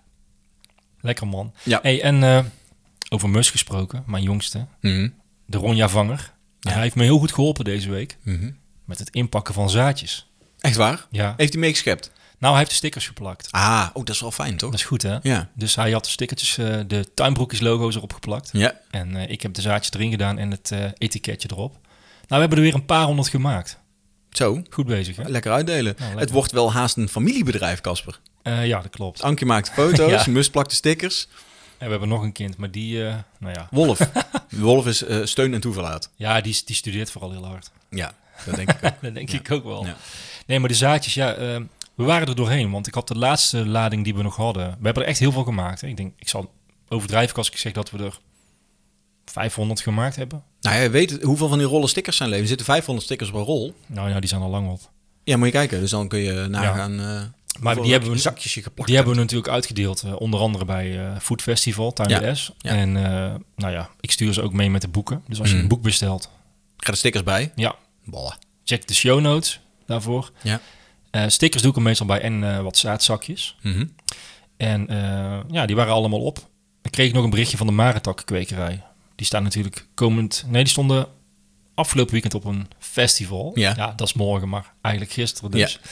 Lekker man. Ja. Hey, en uh, over Mus gesproken, mijn jongste. Mm-hmm. De Ronja-vanger. Ja. Hij heeft me heel goed geholpen deze week. Mm-hmm. Met het inpakken van zaadjes. Echt waar? Ja. Heeft hij meegeschept? Nou, hij heeft de stickers geplakt. Ah, oh, dat is wel fijn, toch? Dat is goed, hè? Ja. Dus hij had de stickertjes, uh, de tuinbroekjes logo's erop geplakt. Ja. En uh, ik heb de zaadjes erin gedaan en het uh, etiketje erop. Nou, we hebben er weer een paar honderd gemaakt. Zo. Goed bezig, hè? Lekker uitdelen. Nou, lekker. Het wordt wel haast een familiebedrijf, Casper. Uh, ja, dat klopt. Ankie maakt foto's, ja. Mus plakt de stickers. En we hebben nog een kind, maar die, uh, nou ja. Wolf. Wolf is uh, steun en toeverlaat. Ja, die, die studeert vooral heel hard. Ja, dat denk ik ook. dat denk ja. ik ook wel. Ja. Nee, maar de zaadjes, ja, uh, we waren er doorheen. Want ik had de laatste lading die we nog hadden. We hebben er echt heel veel gemaakt. Hè. Ik denk, ik zal overdrijven als ik zeg dat we er vijfhonderd gemaakt hebben. Nou, je weet hoeveel van die rollen stickers zijn leven. Er zitten vijfhonderd stickers op een rol. Nou ja, die zijn al lang op. Ja, moet je kijken. Dus dan kun je nagaan... Ja. Uh, maar die hebben we zakjes je geplakt. Die hebben we natuurlijk uitgedeeld, uh, onder andere bij uh, Food Festival, Tuin ja. de S. Ja. En uh, nou ja, ik stuur ze ook mee met de boeken. Dus als je mm. een boek bestelt... Ga de stickers bij? Ja. Boah. Check de show notes daarvoor. Ja. Uh, stickers doe ik er meestal bij en uh, wat zaadzakjes. Mm-hmm. En uh, ja, die waren allemaal op. Dan kreeg ik nog een berichtje van de Marentak-kwekerij. Die staan natuurlijk komend... Nee, die stonden afgelopen weekend op een festival. Ja. Ja, dat is morgen, maar eigenlijk gisteren dus. Ja.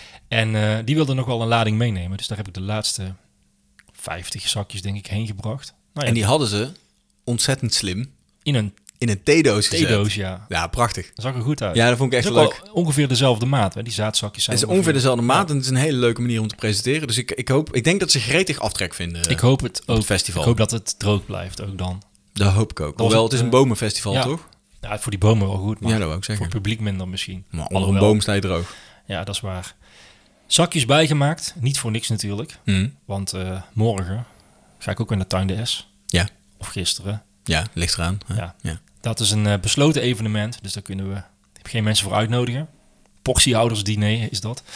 En uh, die wilden nog wel een lading meenemen. Dus daar heb ik de laatste vijftig zakjes, denk ik, heen gebracht. Nou ja, en die hadden ze ontzettend slim in een in een theedoos gezet. theedoos, ja. Ja, prachtig. Dat zag er goed uit. Ja, dat vond ik echt leuk. leuk. Ongeveer dezelfde maat, hè? Die zaadzakjes zijn Het is ongeveer dezelfde maat en het is een hele leuke manier om te presenteren. Dus ik, ik hoop, ik denk dat ze gretig aftrek vinden. Ik hoop het ook. Het festival. Ik hoop dat het droog blijft ook dan. Dat hoop ik ook. Hoewel, het is een bomenfestival, ja. toch? Ja, voor die bomen wel goed, maar ja, dat wou ik zeggen. voor het publiek minder misschien. Maar onder een boom sta je droog. Ja, dat is waar. Zakjes bijgemaakt, niet voor niks natuurlijk. Mm. Want uh, morgen ga ik ook weer naar Tuin de S. Ja. Of gisteren. Ja, ligt eraan. Ja. ja. Dat is een uh, besloten evenement, dus daar kunnen we geen mensen voor uitnodigen. Portiehoudersdiner is dat.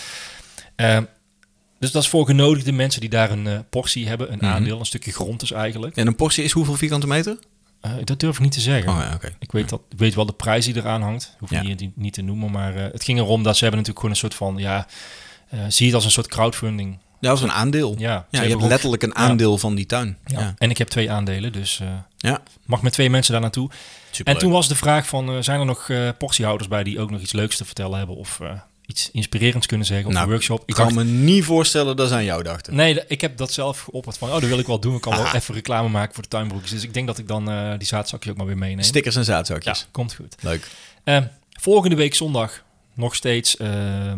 Uh, dus dat is voor genodigde mensen die daar een uh, portie hebben, een mm-hmm. aandeel, een stukje grond dus eigenlijk. En een portie is hoeveel vierkante meter? Uh, dat durf ik niet te zeggen. Oh, ja, okay. Ik weet, dat, ik weet wel de prijs die eraan hangt. Hoef je ja. niet, niet te noemen, maar uh, het ging erom dat ze hebben natuurlijk gewoon een soort van, ja, uh, zie het als een soort crowdfunding. Ja, als een aandeel. Ja, ja je hebt ook letterlijk een aandeel ja. van die tuin. Ja. Ja. En ik heb twee aandelen, dus uh, ja. mag met twee mensen daar naartoe. Superleuk. En toen was de vraag van, uh, zijn er nog uh, portiehouders bij die ook nog iets leuks te vertellen hebben of uh, iets inspirerends kunnen zeggen op Nou, een workshop. Ik Ik kan dacht, me niet voorstellen dat ze aan jou dachten. nee, d- ik heb dat zelf geopperd van, oh, dat wil ik wel doen. Ik kan wel Ah. even reclame maken voor de tuinbroekjes. Dus ik denk dat ik dan uh, die zaadzakjes ook maar weer meeneem. Stickers en Ja, zaadzakjes. komt goed. Leuk. Uh, volgende week zondag nog steeds uh,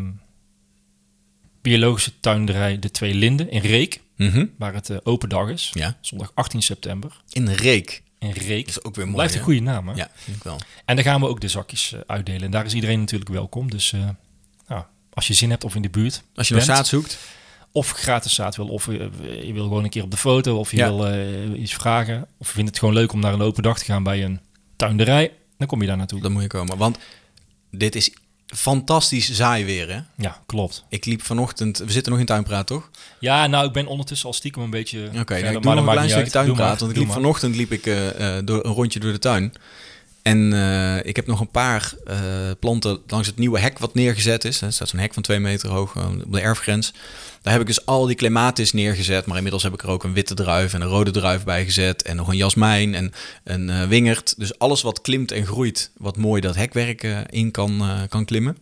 biologische tuinderij De Twee Linden in Reek. Mm-hmm. Waar het uh, open dag is. Ja. Zondag achttien september. In Reek. In Reek. Dat is ook weer mooi. Blijft hè? een goede naam, hè? Ja, vind ik wel. En daar gaan we ook de zakjes uh, uitdelen. En daar is iedereen natuurlijk welkom. Dus uh, nou, als je zin hebt of in de buurt Als je nog bent, zaad zoekt. of gratis zaad wil, of uh, je wil gewoon een keer op de foto, of je Ja. wil uh, iets vragen, of je vindt het gewoon leuk om naar een open dag te gaan bij een tuinderij, dan kom je daar naartoe. Dan moet je komen. Want dit is fantastisch saai weer, hè? Ja, klopt. Ik liep vanochtend... We zitten nog in tuinpraat, toch? Ja, nou, ik ben ondertussen al stiekem een beetje... Oké, verder, nou, ik maar doe nog dat een maakt klein niet stukje uit. Doe tuinpraat. maar, Want ik doe liep maar. vanochtend liep ik uh, uh, door een rondje door de tuin. En uh, ik heb nog een paar uh, planten langs het nieuwe hek wat neergezet is. Er staat zo'n hek van twee meter hoog uh, op de erfgrens. Daar heb ik dus al die clematis neergezet. Maar inmiddels heb ik er ook een witte druif en een rode druif bij gezet. En nog een jasmijn en een uh, wingerd. Dus alles wat klimt en groeit, wat mooi dat hekwerk uh, in kan, uh, kan klimmen.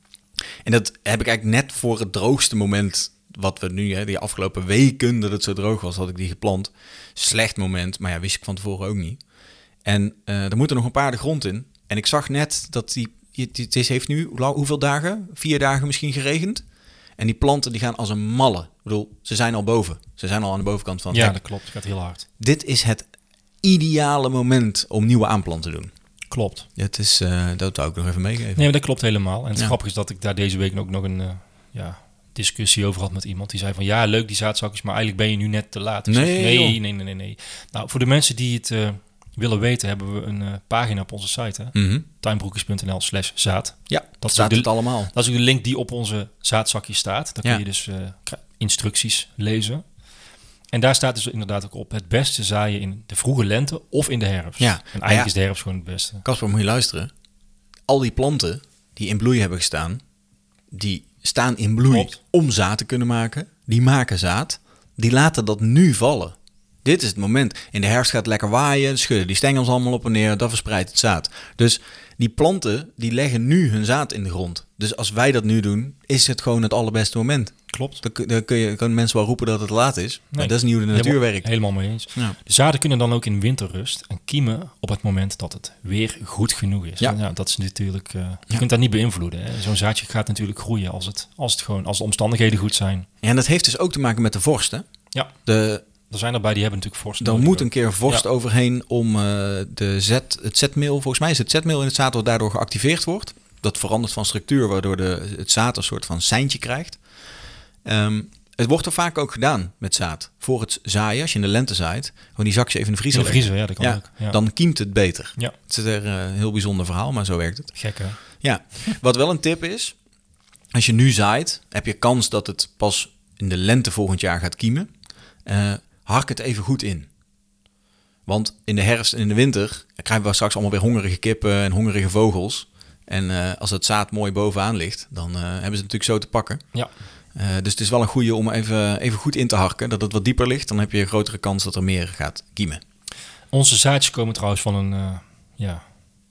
En dat heb ik eigenlijk net voor het droogste moment... wat we nu, hè, die afgelopen weken dat het zo droog was, had ik die geplant. Slecht moment, maar ja, wist ik van tevoren ook niet. En uh, er moeten nog een paar de grond in. En ik zag net dat die... Het is, heeft nu hoe lang, hoeveel dagen? Vier dagen misschien geregend. En die planten die gaan als een malle. Ik bedoel, ze zijn al boven. Ze zijn al aan de bovenkant van het Ja, hek. dat klopt. Het gaat heel hard. Dit is het ideale moment om nieuwe aanplanten te doen. Klopt. Het is, uh, dat zou ik nog even meegeven. Nee, maar dat klopt helemaal. En het Ja. grappige is dat ik daar deze week ook nog een uh, ja, discussie over had met iemand. Die zei van, ja, leuk die zaadzakjes, maar eigenlijk ben je nu net te laat. Ik Nee, zeg, nee, joh. nee, nee, nee, nee. Nou, voor de mensen die het uh, willen weten, hebben we een uh, pagina op onze site. Hè? Mm-hmm. tuinbroekjes.nl slash zaad. Ja, Dat is staat ook de- het allemaal. Dat is ook de link die op onze zaadzakjes staat. Daar Ja. kun je dus uh, instructies lezen. En daar staat dus inderdaad ook op het beste zaaien in de vroege lente of in de herfst. Ja. En eigenlijk Maar ja. is de herfst gewoon het beste. Kasper, moet je luisteren. Al die planten die in bloei hebben gestaan, die staan in bloei Klopt. om zaad te kunnen maken. Die maken zaad. Die laten dat nu vallen. Dit is het moment. In de herfst gaat het lekker waaien, schudden die stengels allemaal op en neer, dat verspreidt het zaad. Dus die planten die leggen nu hun zaad in de grond. Dus als wij dat nu doen, is het gewoon het allerbeste moment. Klopt. Dan, kun- dan kun je, kunnen mensen wel roepen dat het laat is. Maar Nee. dat is niet hoe de natuur Helemaal- werkt. Helemaal mee eens. Ja. De zaden kunnen dan ook in winterrust en kiemen op het moment dat het weer goed genoeg is. Ja. En ja, dat is natuurlijk, uh, je Ja. kunt dat niet beïnvloeden. Hè. Zo'n zaadje gaat natuurlijk groeien als, het, als, het gewoon, als de omstandigheden goed zijn. En dat heeft dus ook te maken met de vorst. Hè? Ja, De, er zijn erbij die hebben natuurlijk vorst Er nodig moet ook. een keer vorst Ja. overheen om uh, de zet, het zetmeel, volgens mij is het zetmeel in het zaad wat daardoor geactiveerd wordt. Dat verandert van structuur, waardoor de, het zaad een soort van seintje krijgt. Um, het wordt er vaak ook gedaan met zaad. Voor het zaaien, als je in de lente zaait, gewoon die zakjes even in de vriezer In de leggen. vriezer, ja, dat kan Ja, ook. Ja. Dan kiemt het beter. Ja, Het is er, uh, een heel bijzonder verhaal, maar zo werkt het. gek hè? Ja, wat wel een tip is, als je nu zaait, heb je kans dat het pas in de lente volgend jaar gaat kiemen. Uh, hark het even goed in. Want in de herfst en in de winter krijgen we straks allemaal weer hongerige kippen en hongerige vogels. En uh, als het zaad mooi bovenaan ligt, dan uh, hebben ze het natuurlijk zo te pakken. Ja, Uh, dus het is wel een goede om even, even goed in te harken. Dat het wat dieper ligt, dan heb je een grotere kans dat er meer gaat kiemen. onze zaadjes komen trouwens van een uh, ja,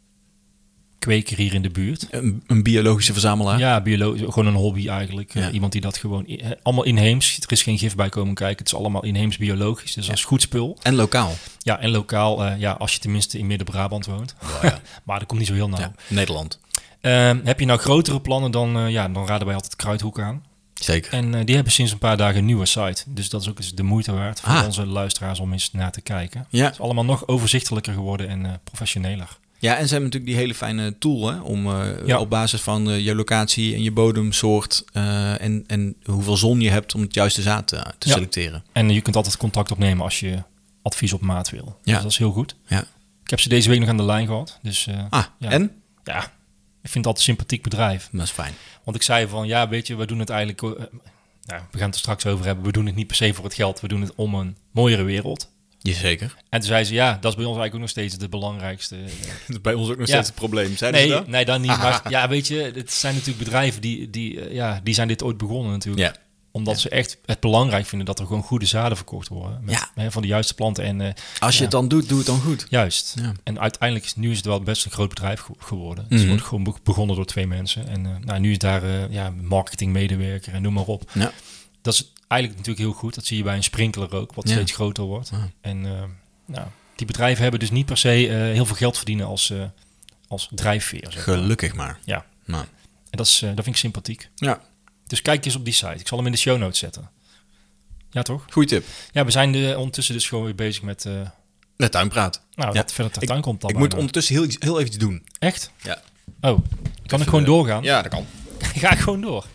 kweker hier in de buurt. Een, een biologische verzamelaar. Ja, biolo- gewoon een hobby eigenlijk. Ja. Uh, iemand die dat gewoon... i- eh, allemaal inheems. Er is geen gif bij komen kijken. Het is allemaal inheems biologisch. Dus dat is goed spul. En lokaal. Ja, en lokaal. Uh, ja, als je tenminste in Midden-Brabant woont. Oh, ja. Maar dat komt niet zo heel nauw. Ja, Nederland. Uh, heb je nou grotere plannen, dan, uh, ja, dan raden wij altijd Kruidhoek aan. Zeker. En uh, die hebben sinds een paar dagen een nieuwe site. Dus dat is ook eens de moeite waard voor Ah. onze luisteraars om eens naar te kijken. Ja. Het is allemaal nog overzichtelijker geworden en uh, professioneler. Ja, en ze hebben natuurlijk die hele fijne tool hè, om uh, Ja. op basis van uh, je locatie en je bodemsoort uh, en, en hoeveel zon je hebt om het juiste zaad uh, te Ja. selecteren. En uh, je kunt altijd contact opnemen als je advies op maat wil. Ja. Dus dat is heel goed. Ja. Ik heb ze deze week nog aan de lijn gehad. Dus uh, Ah, ja. en? ja, ik vind het altijd een sympathiek bedrijf. Dat is fijn. Want ik zei van, ja, weet je, we doen het eigenlijk... Uh, nou, we gaan het er straks over hebben. We doen het niet per se voor het geld. We doen het om een mooiere wereld. Jazeker. En toen zei ze, ja, dat is bij ons eigenlijk ook nog steeds het belangrijkste. Dat is bij ons ook nog Ja. steeds het probleem. Zijn Nee, nee, dan niet. Maar ja, weet je, het zijn natuurlijk bedrijven die, die, uh, ja, die zijn dit ooit begonnen natuurlijk. Ja. Omdat Ja. ze echt het belangrijk vinden dat er gewoon goede zaden verkocht worden. Met, Ja. hè, van de juiste planten. En uh, Als je ja. het dan doet, doe het dan goed. Juist. Ja. En uiteindelijk is nu is het wel best een groot bedrijf ge- geworden. Mhm. Het wordt gewoon be- begonnen door twee mensen. En uh, nou, nu is daar uh, ja, marketingmedewerker en noem maar op. Ja. Dat is eigenlijk natuurlijk heel goed. Dat zie je bij een sprinkler ook, wat Ja. steeds groter wordt. Ja. En uh, nou, die bedrijven hebben dus niet per se uh, heel veel geld verdienen als, uh, als drijfveer. Zeg maar. Gelukkig maar. Ja. Nou. En dat, is, uh, dat vind ik sympathiek. Ja, Dus kijk eens op die site. Ik zal hem in de show notes zetten. Ja, toch? goeie tip. Ja, we zijn de, ondertussen dus gewoon weer bezig met... Uh, Met tuinpraat. nou, Ja. wat verder ter tuin komt dan. Ik moet bijna. ondertussen heel, heel even iets doen. Echt? Ja. Oh, kan ik gewoon doorgaan? Ja, dat kan. Ga ik gewoon door.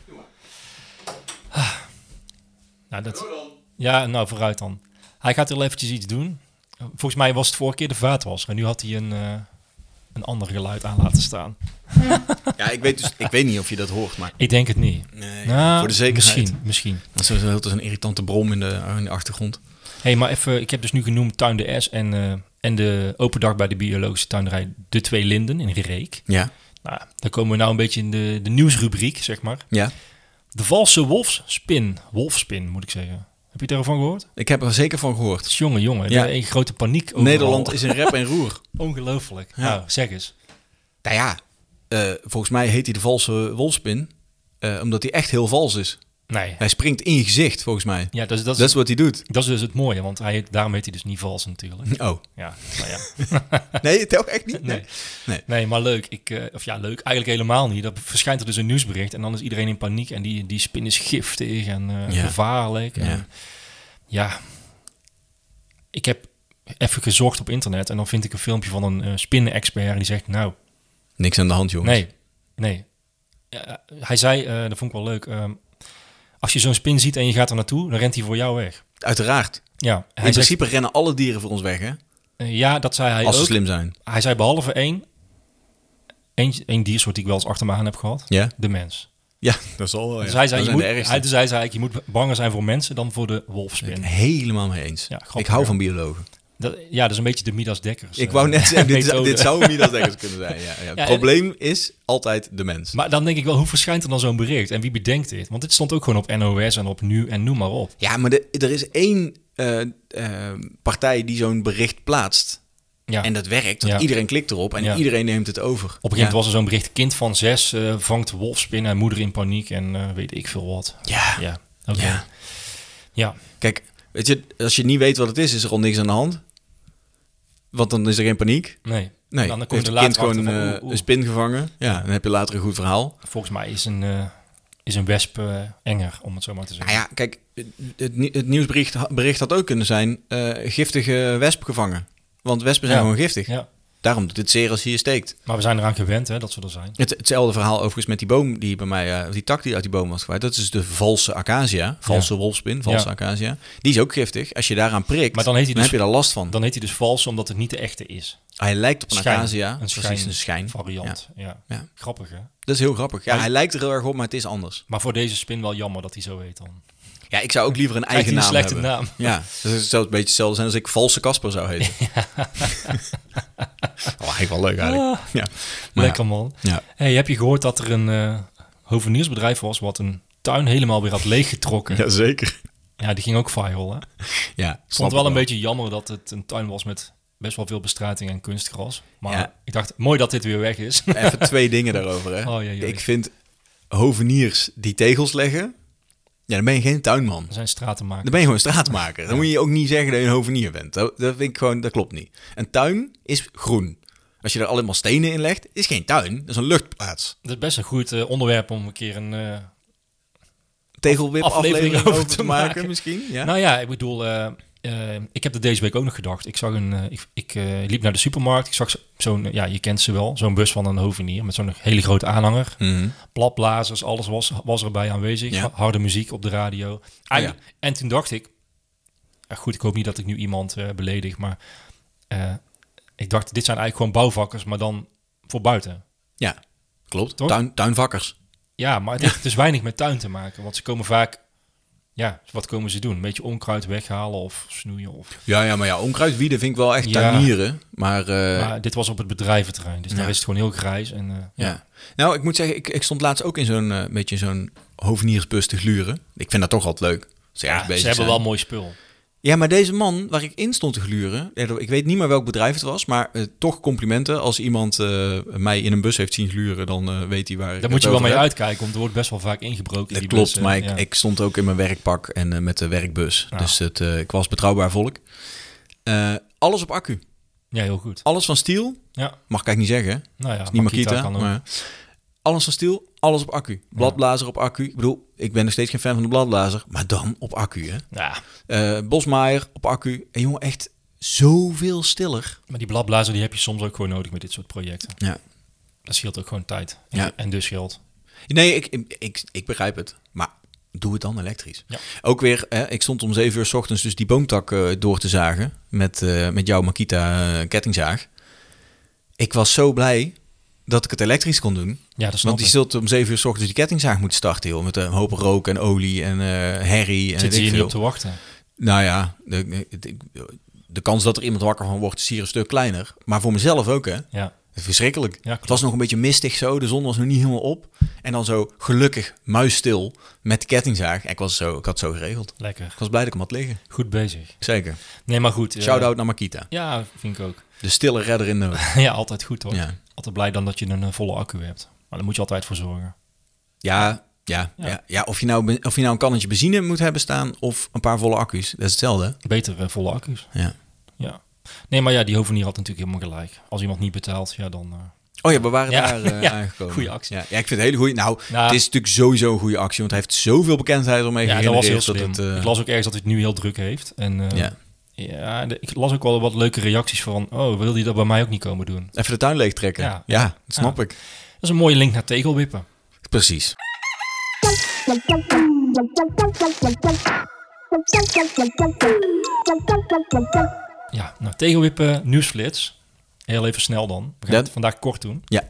Ah. Nou, dat... Ja, nou, vooruit dan. Hij gaat heel eventjes iets doen. Volgens mij was het vorige keer de vaatwasser. En nu had hij een, uh, een ander geluid aan laten staan. Ja, ik weet, dus, ik weet niet of je dat hoort, maar... Ik denk het niet. Nee, Nou, voor de zekerheid. Misschien, misschien. Dat is heel een irritante brom in de, in de achtergrond. Hé, hey, maar even, ik heb dus nu genoemd Tuin de S en, uh, en de open dag bij de biologische tuinderij De Twee Linden in Reek. Ja. Nou, dan komen we nou een beetje in de, de nieuwsrubriek, zeg maar. Ja. De valse wolfspin. Wolfspin, moet ik zeggen. Heb je daarvan gehoord? Ik heb er zeker van gehoord. Jongen, jongen. Ja. Een grote paniek overal. Nederland is in rep en roer. Ongelooflijk. Ja. Nou, zeg eens. Nou ja, uh, volgens mij heet hij de valse wolfspin. Uh, omdat hij echt heel vals is. Nee. Hij springt in je gezicht, volgens mij. Ja, dat is, dat, Dat is, is wat hij doet. dat is dus het mooie. Want hij, daarom heet hij dus niet vals natuurlijk. Oh. Ja, nou ja. Nee, het ook echt niet? Nee. Nee. Nee, maar leuk. Ik, uh, of ja, leuk. Eigenlijk helemaal niet. Dat verschijnt er dus een nieuwsbericht. En dan is iedereen in paniek. En die, die spin is giftig en uh, Ja. gevaarlijk. En, Ja. ja. Ik heb even gezocht op internet. En dan vind ik een filmpje van een uh, spinnen-expert. En die zegt, nou... Niks aan de hand, jongens. Nee, nee. Ja, hij zei, uh, dat vond ik wel leuk... Um, als je zo'n spin ziet en je gaat er naartoe, dan rent hij voor jou weg. Uiteraard. Ja, In hij zegt, principe rennen alle dieren voor ons weg, hè? uh, ja, dat zei hij Als ze ook. slim zijn. Hij zei behalve één, één, één diersoort die ik wel eens achter me aan heb gehad. Ja? De mens. Ja, dat is al wel. Ja. Dus hij zei, Dat je zijn moet, de ergste. hij, dus hij zei, je moet banger zijn voor mensen dan voor de wolfspin. Ik helemaal mee eens. Ja, grappig, ik hou ja. van biologen. Dat, ja, dat is een beetje de Midas Dekkers. Ik uh, wou net zeggen, dit, methode. dit zou Midas Dekkers kunnen zijn. Ja, ja. Het Ja, en- probleem is altijd de mens. Maar dan denk ik wel, hoe verschijnt er dan zo'n bericht? En wie bedenkt dit? Want dit stond ook gewoon op N O S en op Nu en noem maar op. Ja, maar de, er is één uh, uh, partij die zo'n bericht plaatst. Ja. En dat werkt, want Ja. iedereen klikt erop en Ja. iedereen neemt het over. Op een gegeven moment was er zo'n bericht, kind van zes uh, vangt wolfspin en moeder in paniek en uh, weet ik veel wat. Ja. Ja, oké. Ja. Ja. ja. Kijk, weet je, als je niet weet wat het is, is er al niks aan de hand. Want dan is er geen paniek. Nee. Nee, Dan, dan kom je heeft er het kind later gewoon achter van, uh, oeh, oeh. een spin gevangen. Ja, dan heb je later een goed verhaal. Volgens mij is een, uh, is een wesp uh, enger, om het zo maar te zeggen. Nou ja, kijk, het, nie- het nieuwsbericht bericht had ook kunnen zijn... Uh, giftige wesp gevangen. Want wespen zijn Ja. gewoon giftig. Ja. Daarom doet het zeer als je hier steekt. Maar we zijn eraan gewend hè, dat ze er zijn. Het, hetzelfde verhaal overigens met die boom die bij mij... Uh, die tak die uit die boom was gewaaid. Dat is de valse acacia. Valse Ja. wolfspin, valse Ja. acacia. Die is ook giftig. Als je daaraan prikt, Maar dan heet hij dus- heb je daar last van. Dan heet hij dus vals, omdat het niet de echte is. Hij lijkt op een Schijn. acacia. Een Precies, schijn. een schijn. Variant. Ja. Ja. Grappig hè? Dat is heel grappig. Ja, Maar- hij lijkt er heel erg op, maar het is anders. Maar voor deze spin wel jammer dat hij zo heet dan. Ja, ik zou ook liever een Krijgt eigen hij een naam slechte hebben. naam. Ja, dus het zou een beetje hetzelfde zijn als ik valse Casper zou heten. Oh, eigenlijk wel leuk eigenlijk. Ah, Ja. Maar lekker man. Ja. Hey, heb je gehoord dat er een uh, hoveniersbedrijf was wat een tuin helemaal weer had leeggetrokken? Ja, zeker. Ja, die ging ook viral hè. Ja, Ik vond het wel een beetje jammer dat het een tuin was met best wel veel bestrating en kunstgras. Maar Ja. ik dacht, mooi dat dit weer weg is. Even twee dingen daarover. Hè. Oh, jee, jee. Ik vind hoveniers die tegels leggen, ja, dan ben je geen tuinman. Er zijn straten maken. Dan ben je gewoon straatmaker. Dan moet je ook niet zeggen dat je een hovenier bent. Dat, dat vind ik gewoon, dat klopt niet. Een tuin is groen. Als je er allemaal stenen in legt, is geen tuin. Dat is een luchtplaats. Dat is best een goed uh, onderwerp om een keer een... Uh, Tegelwip aflevering aflevering over over te te maken, maken. misschien. Ja? Nou ja, ik bedoel, uh, uh, ik heb er deze week ook nog gedacht. Ik zag een, uh, ik, ik uh, liep naar de supermarkt. Ik zag zo- zo'n, ja, je kent ze wel, zo'n bus van een hovenier met zo'n hele grote aanhanger. Mhm. Platblazers, alles was, was erbij aanwezig. Ja. Harde muziek op de radio. Eigen- ja. En toen dacht ik, uh, goed, ik hoop niet dat ik nu iemand uh, beledig, maar uh, ik dacht, dit zijn eigenlijk gewoon bouwvakkers, maar dan voor buiten. Ja, klopt. Toch? Tuin, tuinvakkers. Ja, maar het heeft dus weinig met tuin te maken, want ze komen vaak ja, wat komen ze doen? Een beetje onkruid weghalen of snoeien? Of... Ja, ja, maar ja, onkruidwieden vind ik wel echt Ja. tuinieren. Maar, uh, maar dit was op het bedrijventerrein, dus ja. daar is het gewoon heel grijs. En, uh, ja. ja. Nou, ik moet zeggen, ik, ik stond laatst ook in zo'n uh, beetje zo'n hoveniersbus te gluren. Ik vind dat toch altijd leuk. Ze, ja, ze hebben zijn. wel mooi spul. Ja, maar deze man waar ik in stond te gluren, ik weet niet meer welk bedrijf het was, maar uh, toch complimenten. Als iemand uh, mij in een bus heeft zien gluren, dan uh, weet hij waar. Daar moet je wel mee heb. uitkijken, want er wordt best wel vaak ingebroken. In dat die klopt, bussen, maar ja. ik, ik stond ook in mijn werkpak en uh, met de werkbus. Ja. Dus het, uh, ik was betrouwbaar volk. Uh, alles op accu. Ja, heel goed. Alles van Stihl. Ja. Mag ik eigenlijk niet zeggen. Nou ja, is niet Makita, kan ook. maar alles van Stihl, alles op accu. Bladblazer op accu. Ik bedoel, ik ben nog steeds geen fan van de bladblazer, maar dan op accu, hè. Ja. Uh, Bosmaier op accu. En jongen, echt zoveel stiller. Maar die bladblazer die heb je soms ook gewoon nodig met dit soort projecten. Ja. Dat scheelt ook gewoon tijd. En, ja. en dus geld. Nee, ik, ik, ik, ik begrijp het. Maar doe het dan elektrisch. Ja. Ook weer, hè, ik stond om zeven uur 's ochtends dus die boomtak uh, door te zagen. Met, uh, met jouw Makita uh, kettingzaag. Ik was zo blij dat ik het elektrisch kon doen. Ja, dat snap Want die zult om zeven uur 's ochtends die kettingzaag moeten starten, joh. Met een hoop rook en olie en uh, herrie. En zit je hier niet op te wachten? Nou ja, de, de, de kans dat er iemand wakker van wordt is hier een stuk kleiner. Maar voor mezelf ook, hè. Ja. Verschrikkelijk. Ja, het was nog een beetje mistig zo. De zon was nog niet helemaal op. En dan zo gelukkig muisstil met de kettingzaag. Ik, was zo, ik had het zo geregeld. Lekker. Ik was blij dat ik hem had liggen. Goed bezig. Zeker. Nee, maar goed. Shout-out uh, naar Makita. Ja, vind ik ook. De stille redder in nood. Ja, altijd goed hoor. Ja. Altijd blij dan dat je een uh, volle accu hebt. Maar daar moet je altijd voor zorgen. Ja, ja, ja. ja, ja. Of, je nou, of je nou een kannetje benzine moet hebben staan of een paar volle accu's. Dat is hetzelfde. Beter uh, volle accu's. Ja. Ja. Nee, maar ja, die hovenier had natuurlijk helemaal gelijk. Als iemand niet betaalt, ja dan... Uh... Oh ja, we waren ja, daar uh, ja, aangekomen. Goeie actie. Ja, ja, ik vind het een hele goede. Nou, nou, het is natuurlijk sowieso een goede actie, want hij heeft zoveel bekendheid ermee ja, dat was heel slim. Dat het, uh... Ik las ook ergens dat hij het nu heel druk heeft. En uh, ja. ja, de, ik las ook wel wat leuke reacties van... Oh, wil hij dat bij mij ook niet komen doen? Even de tuin leeg trekken. Ja, ja dat snap ja. ik. Dat is een mooie link naar tegelwippen. Precies. Ja, nou, tegelwippen, nieuwsflits. Heel even snel dan. We gaan ja. het vandaag kort doen. Ja.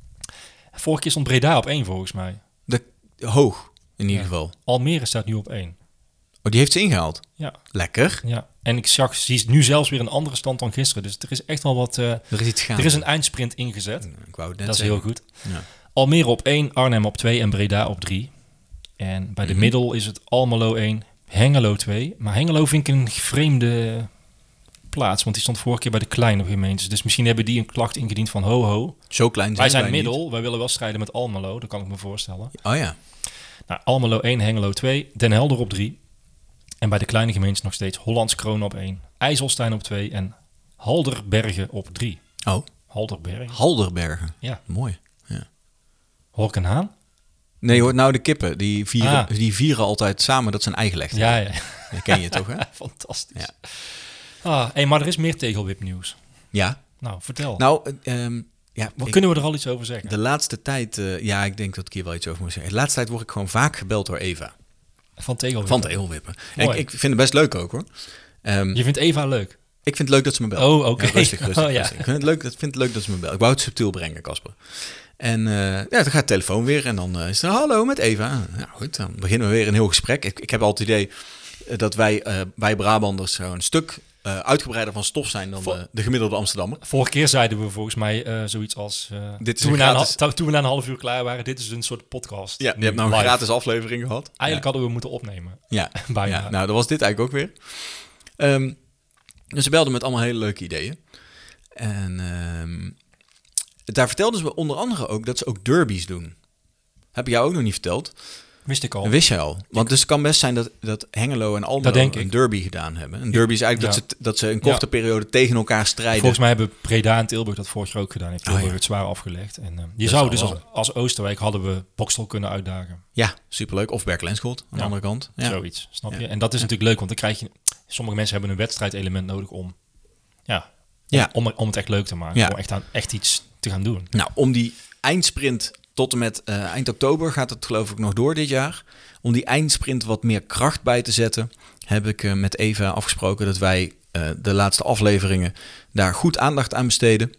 Vorige keer stond Breda op één volgens mij. De, hoog, in ieder ja. geval. Almere staat nu op één. Oh, die heeft ze ingehaald? Ja. Lekker. Ja. En ik zag, zie nu zelfs weer een andere stand dan gisteren. Dus er is echt wel wat... Uh, er is iets gaande. Er is een eindsprint ingezet. Ik wou het net dat is zeggen. heel goed. Ja. Almere op één, Arnhem op twee en Breda op drie. En bij de mm-hmm. middel is het Almelo één, Hengelo twee. Maar Hengelo vind ik een vreemde plaats, want die stond vorige keer bij de kleine gemeentes. Dus misschien hebben die een klacht ingediend van ho ho. Zo klein zijn wij zijn wij middel, niet. wij willen wel strijden met Almelo, dat kan ik me voorstellen. Oh ja. Nou, Almelo één, Hengelo twee, Den Helder op drie. En bij de kleine gemeentes nog steeds Hollands Kroon op één, IJsselstein op twee en Halderbergen op drie. Oh. Halderbergen? Halderbergen. Ja. Mooi. Ja. Hoor ik een haan? Nee hoor, nou de kippen, die vieren, ah. die vieren altijd samen dat ze een ei gelegd ja, hebben. Ja, Dat ken je toch, hè? Fantastisch. Ja. Ah, hey, maar er is meer tegelwipnieuws. Ja. Nou, vertel. Nou, um, ja, Wat ik, kunnen we er al iets over zeggen? De laatste tijd, uh, ja, ik denk dat ik hier wel iets over moet zeggen. De laatste tijd word ik gewoon vaak gebeld door Eva. Van tegelwippen? Van tegelwippen. En ik, ik vind het best leuk ook, hoor. Um, Je vindt Eva leuk? Ik vind het leuk dat ze me belt. Oh, oké. Okay. Ja, rustig, rustig, oh, ja. rustig. Ik vind het leuk, dat, vind het leuk dat ze me belt. Ik wou het subtiel brengen, Casper. En uh, ja, dan gaat de telefoon weer en dan uh, is er hallo met Eva. Nou goed, dan beginnen we weer een heel gesprek. Ik, ik heb altijd het idee dat wij, uh, wij Brabanders zo een stuk uh, uitgebreider van stof zijn dan de, de gemiddelde Amsterdammer. Vorige keer zeiden we volgens mij uh, zoiets als... Uh, dit is toen, we gratis... na een, toen we na een half uur klaar waren, dit is een soort podcast. Ja, je hebt nou een live. gratis aflevering gehad. Eigenlijk ja. hadden we moeten opnemen. Ja, bijna. Ja, nou dat was dit eigenlijk ook weer. Um, dus ze belden met allemaal hele leuke ideeën. En um, daar vertelden ze me onder andere ook dat ze ook derbies doen. Heb je jou ook nog niet verteld? Wist ik al. Wist je al. Want dus het kan best zijn dat, dat Hengelo en Almelo een ik. derby gedaan hebben. Een derby is eigenlijk ja. dat, ze, dat ze een korte ja. periode tegen elkaar strijden. Volgens mij hebben Breda en Tilburg dat vorig jaar ook gedaan. Heeft Tilburg oh, ja. het zwaar afgelegd. En, uh, je dat zou dus als, als Oosterwijk hadden we Bokstel kunnen uitdagen. Ja, superleuk. Of Berkel-Lenschot aan de ja. andere kant. Ja. Zoiets, snap je? Ja. En dat is ja. natuurlijk leuk, want dan krijg je... Sommige mensen hebben een wedstrijdelement nodig om... Ja, ja. Om, om het echt leuk te maken. Ja. Om echt, aan, echt iets te gaan doen. Nou, om die eindsprint tot en met uh, eind oktober gaat het geloof ik nog door dit jaar. Om die eindsprint wat meer kracht bij te zetten, heb ik uh, met Eva afgesproken dat wij uh, de laatste afleveringen daar goed aandacht aan besteden.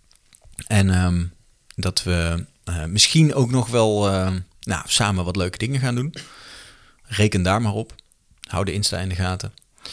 En um, dat we uh, misschien ook nog wel uh, nou, samen wat leuke dingen gaan doen. Reken daar maar op. hou de Insta in de gaten.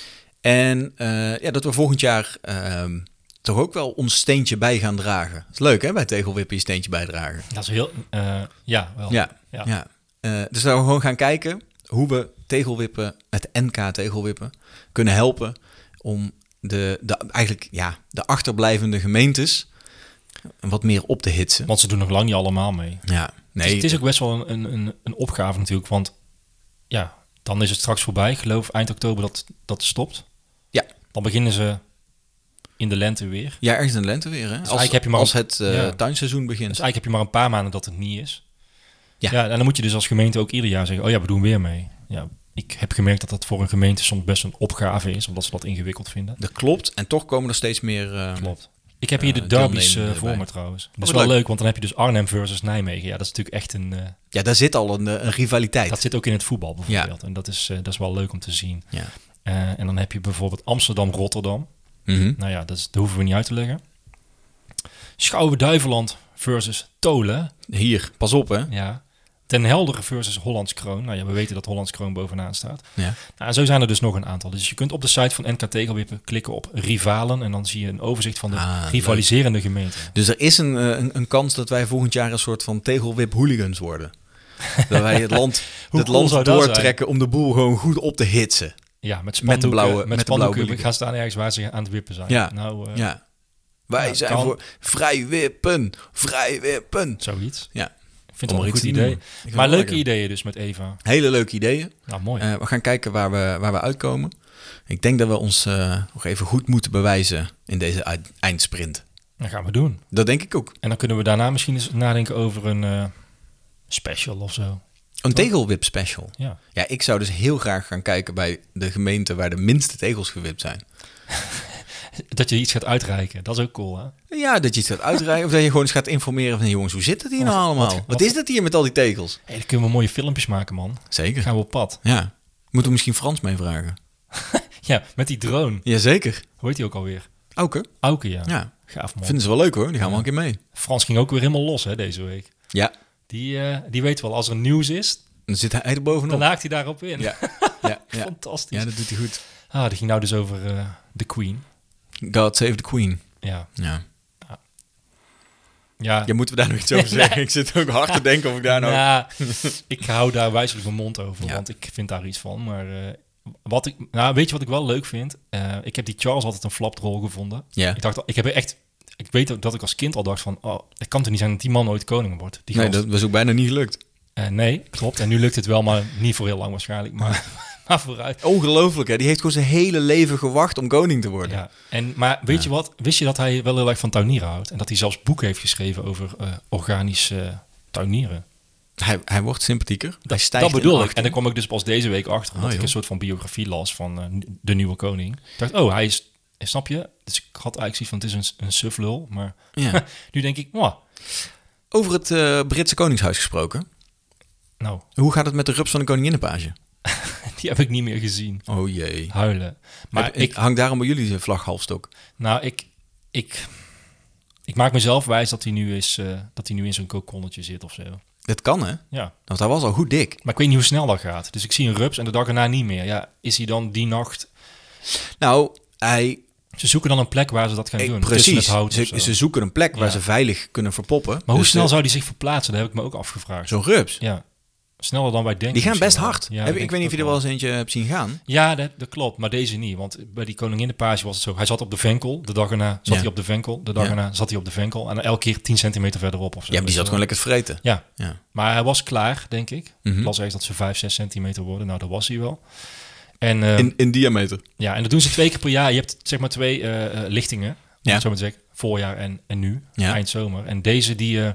En uh, ja, dat we volgend jaar uh, toch ook wel ons steentje bij gaan dragen. Dat is leuk, hè? Bij tegelwippen je steentje bijdragen. Dat is heel... Uh, ja, wel. Ja, ja. ja. Uh, dus dat we gewoon gaan kijken hoe we tegelwippen, het N K tegelwippen, kunnen helpen om de, de, eigenlijk, ja, de achterblijvende gemeentes wat meer op te hitsen. Want ze doen nog lang niet allemaal mee. Ja, nee. Dus het is ook best wel een, een, een opgave natuurlijk, want ja, dan is het straks voorbij. Ik geloof eind oktober dat dat stopt. Ja. Dan beginnen ze in de lente weer. Ja, ergens in de lente weer, hè? Dus als heb je maar als een, het uh, ja. tuinseizoen begint. Dus eigenlijk heb je maar een paar maanden dat het niet is. Ja. ja. En dan moet je dus als gemeente ook ieder jaar zeggen, oh ja, we doen weer mee. Ja, ik heb gemerkt dat dat voor een gemeente soms best een opgave is, omdat ze dat ingewikkeld vinden. Dat klopt. En toch komen er steeds meer... Uh, klopt. Ik heb hier de derbies uh, voor me trouwens. Dat is wel leuk. leuk, want dan heb je dus Arnhem versus Nijmegen. Ja, dat is natuurlijk echt een... Uh, ja, daar zit al een, een rivaliteit. Dat zit ook in het voetbal bijvoorbeeld. Ja. En dat is, uh, dat is wel leuk om te zien. Ja. Uh, en dan heb je bijvoorbeeld Amsterdam-Rotterdam. Mm-hmm. Nou ja, dat, is, dat hoeven we niet uit te leggen. Schouwen-Duiveland versus Tolen. Hier, pas op hè. Ja. Den Helder versus Hollands Kroon. Nou ja, we weten dat Hollands Kroon bovenaan staat. Ja. Nou, en zo zijn er dus nog een aantal. Dus je kunt op de site van N K Tegelwippen klikken op rivalen. En dan zie je een overzicht van de ah, rivaliserende leuk. gemeenten. Dus er is een, een, een kans dat wij volgend jaar een soort van tegelwip hooligans worden. Dat wij het land, het cool land doortrekken om de boel gewoon goed op te hitsen. Ja, met spandoeken. Met de blauwe, met, met de blauwe gaan staan ergens waar ze aan het wippen zijn. Ja, nou, uh, ja. Wij ja, zijn kan. voor vrij wippen, vrij wippen. Zoiets. Ja. Ik vind het wel een goed idee. Maar leuke lekker. ideeën dus met Eva. Hele leuke ideeën. Nou, mooi. Uh, we gaan kijken waar we, waar we uitkomen. Ik denk dat we ons uh, nog even goed moeten bewijzen in deze uit- eindsprint. Dat gaan we doen. Dat denk ik ook. En dan kunnen we daarna misschien eens nadenken over een uh, special of zo. Een tegelwip special? Ja. Ja, ik zou dus heel graag gaan kijken bij de gemeente waar de minste tegels gewipt zijn. Dat je iets gaat uitreiken, dat is ook cool, hè? Ja, dat je iets gaat uitreiken. Of dat je gewoon eens gaat informeren van... jongens, hoe zit het hier wat, nou allemaal? Wat, wat, wat is dat hier met al die tegels? Hey, dan kunnen we mooie filmpjes maken, man. Zeker. Gaan we op pad. Ja. Moeten we misschien Frans meevragen? Ja, met die drone. Jazeker. Hoe heet die ook alweer? Auke. Auke, ja. Ja. Gaaf, man. Vinden ze wel leuk, hoor. Die gaan ja. wel een keer mee. Frans ging ook weer helemaal los, hè, deze week. Ja. Die, uh, die weet wel, als er nieuws is... Dan zit hij er bovenop. Dan haakt hij daarop in. Ja. Ja. Ja. Fantastisch. Ja, dat doet hij goed. Ah, die ging nou dus over uh, de Queen. God save the Queen. Ja. Ja. Ja. ja. ja moeten we daar nog iets over zeggen? Nee. Ik zit ook hard te denken of ik daar nou... nou... ik hou daar wijselijk mijn mond over, ja. want ik vind daar iets van. Maar uh, wat ik... Nou, weet je wat ik wel leuk vind? Uh, ik heb die Charles altijd een flaprol gevonden. Ja. Ik dacht, ik heb echt... Ik weet ook dat ik als kind al dacht van... Oh, het kan toch niet zijn dat die man ooit koning wordt? Die nee, gast. dat was ook bijna niet gelukt. Uh, nee, klopt. En nu lukt het wel, maar niet voor heel lang waarschijnlijk. Maar, maar vooruit. Ongelooflijk, hè? Die heeft gewoon zijn hele leven gewacht om koning te worden. Ja. En, maar weet ja. je wat? Wist je dat hij wel heel erg van tuinieren houdt? En dat hij zelfs boeken heeft geschreven over uh, organisch uh, tuinieren? Hij, hij wordt sympathieker. Dat, hij dat bedoel ik. En dan kwam ik dus pas deze week achter. Omdat oh, ik een soort van biografie las van uh, de nieuwe koning. Ik dacht, oh, hij is... Snap je? Dus ik had eigenlijk zoiets van, het is een, een suflul. Maar ja. nu denk ik, wow. Over het uh, Britse koningshuis gesproken. Nou. Hoe gaat het met de rups van de koninginnenpage? Die heb ik niet meer gezien. Oh jee. Huilen. Maar heb, ik hangt daarom bij jullie de vlag halfstok? Nou, ik, ik, ik maak mezelf wijs dat hij nu, is, uh, dat hij nu in zo'n kokonnetje zit of zo. Dat kan, hè? Ja. Want hij was al goed dik. Maar ik weet niet hoe snel dat gaat. Dus ik zie een rups en de dag erna niet meer. Ja, is hij dan die nacht... Nou, hij... Ze zoeken dan een plek waar ze dat gaan hey, doen. Precies. Het hout ze, ze zoeken een plek waar ja. ze veilig kunnen verpoppen. Maar hoe dus snel de... zou die zich verplaatsen? Dat heb ik me ook afgevraagd. Zo'n rups? Ja. Sneller dan wij denken. Die gaan best wel. hard. Ja, heb, ik weet niet of je er wel eens eentje hebt zien gaan. Ja, dat, dat klopt. Maar deze niet. Want bij die koninginnenpage was het zo. Hij zat op de venkel. De dag erna zat ja. hij op de venkel. De dag ja. erna zat hij op de venkel. En elke keer tien centimeter verderop of zo. Ja, maar die zat gewoon lekker te vreten. Ja. ja. Maar hij was klaar, denk ik. Mm-hmm. Ik las ergens dat ze vijf, zes centimeter worden. Nou, dat was hij wel. En, uh, in, in diameter. Ja, en dat doen ze twee keer per jaar. Je hebt zeg maar twee uh, uh, lichtingen. Ja. Zo maar te zeggen. Voorjaar en, en nu. Ja. Eind zomer. En deze, die uh,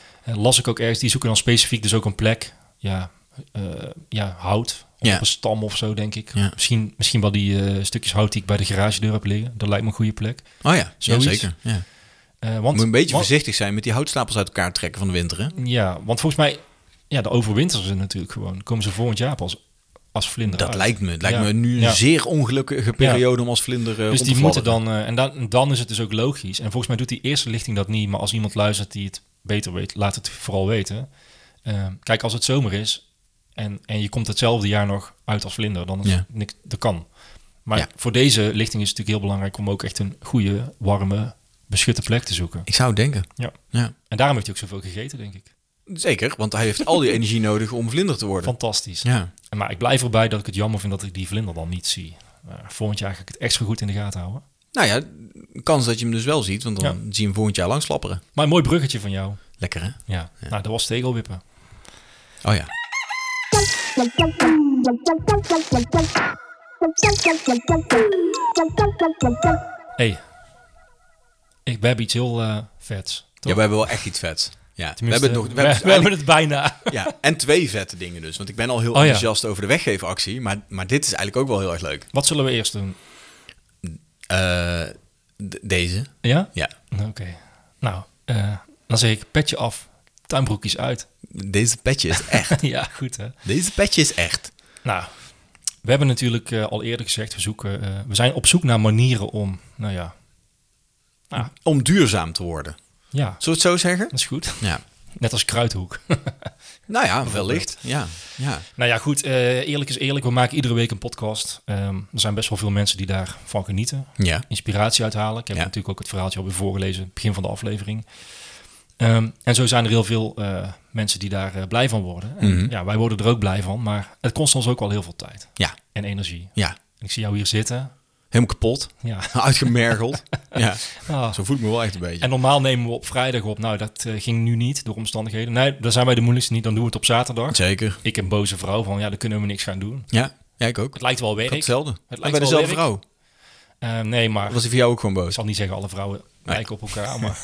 las ik ook ergens. Die zoeken dan specifiek dus ook een plek. Ja, uh, ja hout. Of ja. op een stam of zo, denk ik. Ja. Misschien, misschien wel die uh, stukjes hout die ik bij de garagedeur heb liggen. Dat lijkt me een goede plek. Oh ja, ja zeker. Ja. Uh, want, Moet een beetje want, voorzichtig zijn met die houtstapels uit elkaar trekken van de winter, hè? Ja, want volgens mij... Ja, de overwinteren ze natuurlijk gewoon. Komen ze volgend jaar pas als vlinder Dat uit. lijkt me. Het lijkt ja. me nu een ja. zeer ongelukkige periode ja. om als vlinder uh, Dus die moeten dan... Uh, en dan, dan is het dus ook logisch. En volgens mij doet die eerste lichting dat niet. Maar als iemand luistert die het beter weet, laat het vooral weten. Uh, kijk, als het zomer is en, en je komt hetzelfde jaar nog uit als vlinder, dan is Ja. niks, dat kan. Maar Ja. voor deze lichting is het natuurlijk heel belangrijk om ook echt een goede, warme, beschutte plek te zoeken. Ik zou het denken. Ja. Ja. En daarom heeft hij ook zoveel gegeten, denk ik. Zeker, want hij heeft al die energie nodig om vlinder te worden. Fantastisch. Ja. En Maar ik blijf erbij dat ik het jammer vind dat ik die vlinder dan niet zie. Maar volgend jaar ga ik het extra goed in de gaten houden. Nou ja, kans dat je hem dus wel ziet, want dan Ja. zie je hem volgend jaar lang slapperen. Maar een mooi bruggetje van jou. Lekker hè? Ja, Nou, dat was tegelwippen. Oh ja. hey, ik, we hebben iets heel uh, vets. Toch? Ja, we hebben wel echt iets vets. Ja, we Tenminste, hebben het nog. we, We hebben, we hebben het bijna. ja, en twee vette dingen dus. Want ik ben al heel Oh ja. enthousiast over de weggeefactie, maar, maar dit is eigenlijk ook wel heel erg leuk. Wat zullen we eerst doen? Uh, d- deze. Ja? Ja. Oké. Nou, uh, dan zeg ik petje af, tuinbroekjes uit. Deze petje is echt. Ja, goed hè. Deze petje is echt. Nou, we hebben natuurlijk uh, al eerder gezegd, we, zoeken, uh, we zijn op zoek naar manieren om, nou ja. Nou, Om duurzaam te worden. ja, Zullen we het zo zeggen? dat is goed. Ja. Net als Kruidhoek. Nou ja, wellicht. Ja. Ja. Nou ja, goed. Uh, eerlijk is eerlijk. We maken iedere week een podcast. Um, er zijn best wel veel mensen die daarvan genieten. Ja. Inspiratie uithalen. Ik heb Ja. natuurlijk ook het verhaaltje alweer voorgelezen. Het begin van de aflevering. Um, en zo zijn er heel veel uh, mensen die daar uh, blij van worden. En, Mhm. ja, wij worden er ook blij van. Maar het kost ons ook wel heel veel tijd. Ja. En energie. Ja. En ik zie jou hier zitten. Helemaal kapot. Ja. Uitgemergeld. Ja. Ah. Zo voelt me wel echt een beetje. En normaal nemen we op vrijdag op. Nou, dat uh, ging nu niet door omstandigheden. Nee, daar zijn wij de moeilijkste niet. Dan doen we het op zaterdag. Zeker. Ik een boze vrouw van, ja, dan kunnen we niks gaan doen. Ja. Ja, ik ook. Het lijkt wel Ik werk. had hetzelfde. Het En lijkt bij wel dezelfde werk. vrouw. Uh, nee, maar Was hij voor jou ook gewoon ik boos? zal niet zeggen alle vrouwen lijken op elkaar, maar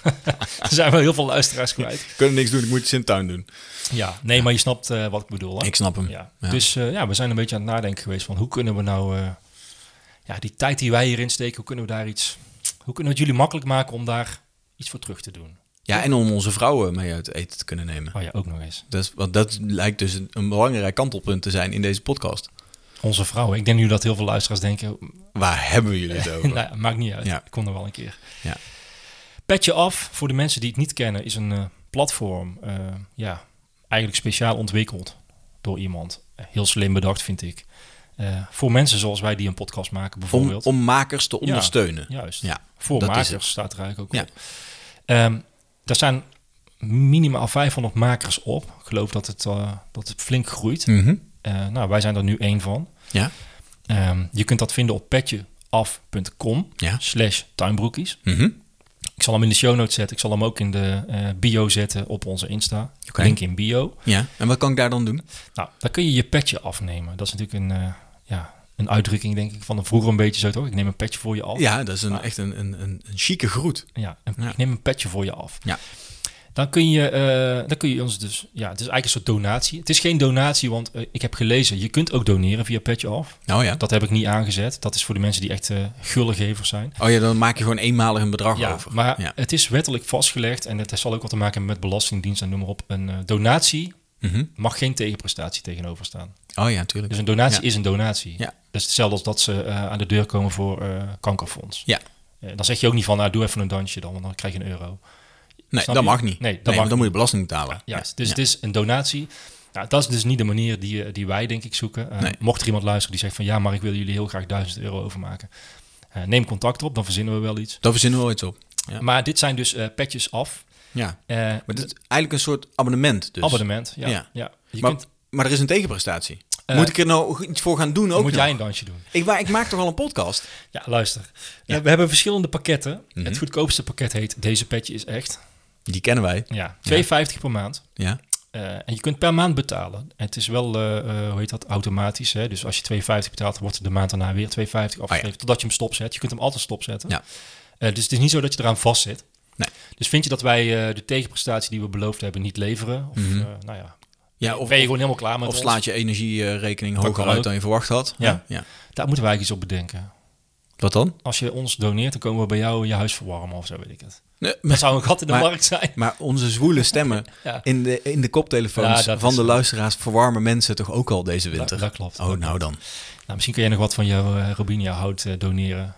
er zijn wel heel veel luisteraars kwijt. Kunnen niks doen, ik moet iets in de tuin doen. Ja, nee, maar je snapt uh, wat ik bedoel. Hè? Ik snap hem. Ja. Ja. Dus uh, ja, we zijn een beetje aan het nadenken geweest van hoe kunnen we nou, uh, ja, die tijd die wij hierin steken, hoe kunnen we daar iets, hoe kunnen we het jullie makkelijk maken om daar iets voor terug te doen? Ja, en om onze vrouwen mee uit eten te kunnen nemen. Oh ja, ook nog eens. Dat, is, want dat lijkt dus een, een belangrijk kantelpunt te zijn in deze podcast. Onze vrouwen. Ik denk nu dat heel veel luisteraars denken, Waar hebben jullie het over? nou, maakt niet uit. Ja. Ik kom er wel een keer. Ja. Petje af, voor de mensen die het niet kennen, is een uh, platform, uh, ja, eigenlijk speciaal ontwikkeld door iemand. Uh, heel slim bedacht, vind ik. Uh, voor mensen zoals wij die een podcast maken, Om, bijvoorbeeld. om makers te ondersteunen. Ja, juist. Ja, voor dat is makers het. staat er eigenlijk ook Ja. op. Um, er zijn minimaal vijfhonderd makers op. Ik geloof dat het, uh, dat het flink groeit. Mhm. Uh, nou, wij zijn er nu één van. Ja. Um, je kunt dat vinden op petjeaf punt com Ja. slash tuinbroekies. Mhm. Ik zal hem in de show notes zetten. Ik zal hem ook in de uh, bio zetten op onze Insta. Oké. Link in bio. Ja. En wat kan ik daar dan doen? Nou, dan kun je je petje afnemen. Dat is natuurlijk een, uh, ja, een uitdrukking, denk ik, van de vroeger een beetje zo toch? Ik neem een petje voor je af. Ja, dat is een, Maar- echt een, een, een, een chique groet. Ja, een, Ja. ik neem een petje voor je af. Ja. Dan kun je, uh, dan kun je ons dus, ja, het is eigenlijk een soort donatie. Het is geen donatie, want uh, ik heb gelezen, je kunt ook doneren via Petje Af. Oh ja. Dat heb ik niet aangezet. Dat is voor de mensen die echt uh, gullegevers zijn. Oh ja, dan maak je gewoon eenmalig een bedrag Ja, over. maar Ja. het is wettelijk vastgelegd en het zal ook wat te maken hebben met belastingdienst en noem maar op. Een uh, donatie Mhm. mag geen tegenprestatie tegenover staan. Oh ja, tuurlijk. Dus een donatie Ja. is een donatie. Ja. Dat is hetzelfde als dat ze uh, aan de deur komen voor uh, kankerfonds. Ja. Uh, dan zeg je ook niet van, nou, doe even een dansje dan, want dan krijg je een euro. Nee, Snap dat je? mag niet. Nee, dat nee, mag want dan moet je belasting betalen. Juist, dus Ja. het is een donatie. Nou, dat is dus niet de manier die, die wij denk ik zoeken. Uh, Nee. Mocht er iemand luisteren die zegt van ja, maar ik wil jullie heel graag duizend euro overmaken. Uh, neem contact op, dan verzinnen we wel iets. Daar verzinnen we wel iets op. Ja. Maar dit zijn dus uh, petjes af. Ja. Uh, Maar dit is eigenlijk een soort abonnement dus. abonnement, ja. Ja. ja. Je Maar, kunt, maar er is een tegenprestatie. Uh, moet ik er nou iets voor gaan doen dan ook moet nog? jij een dansje doen. Ik, maar ik maak toch al een podcast? Ja, luister. Ja. Uh, we hebben verschillende pakketten. Mhm. Het goedkoopste pakket heet Deze Petje is Echt. Die kennen wij. Ja, twee vijftig per maand. Ja. Uh, en je kunt per maand betalen. Het is wel, uh, uh, hoe heet dat, automatisch. Hè? Dus als je twee vijftig betaalt, wordt de maand daarna weer twee vijftig afgegeven. Oh ja. Totdat je hem stopzet. Je kunt hem altijd stopzetten. Ja. Uh, dus het is niet zo dat je eraan vast zit. Nee. Dus vind je dat wij uh, de tegenprestatie die we beloofd hebben niet leveren? Of Mhm. uh, nou ja, Ja, of, ben je gewoon helemaal klaar met of ons? slaat je energierekening Dat hoger kan uit ook. dan je verwacht had. Ja. ja. Daar moeten wij iets op bedenken. Wat dan? Als je ons doneert, dan komen we bij jou je huis verwarmen of zo, weet ik het. Nee, Dat zou een gat in de Maar- markt zijn. maar onze zwoele stemmen Ja, in de, in de koptelefoons Ja, dat van is de zo. luisteraars verwarmen mensen toch ook al deze winter? dat, dat klopt. Oh, nou dan. Nou, misschien kun jij nog wat van jouw uh, Robinia hout uh, doneren.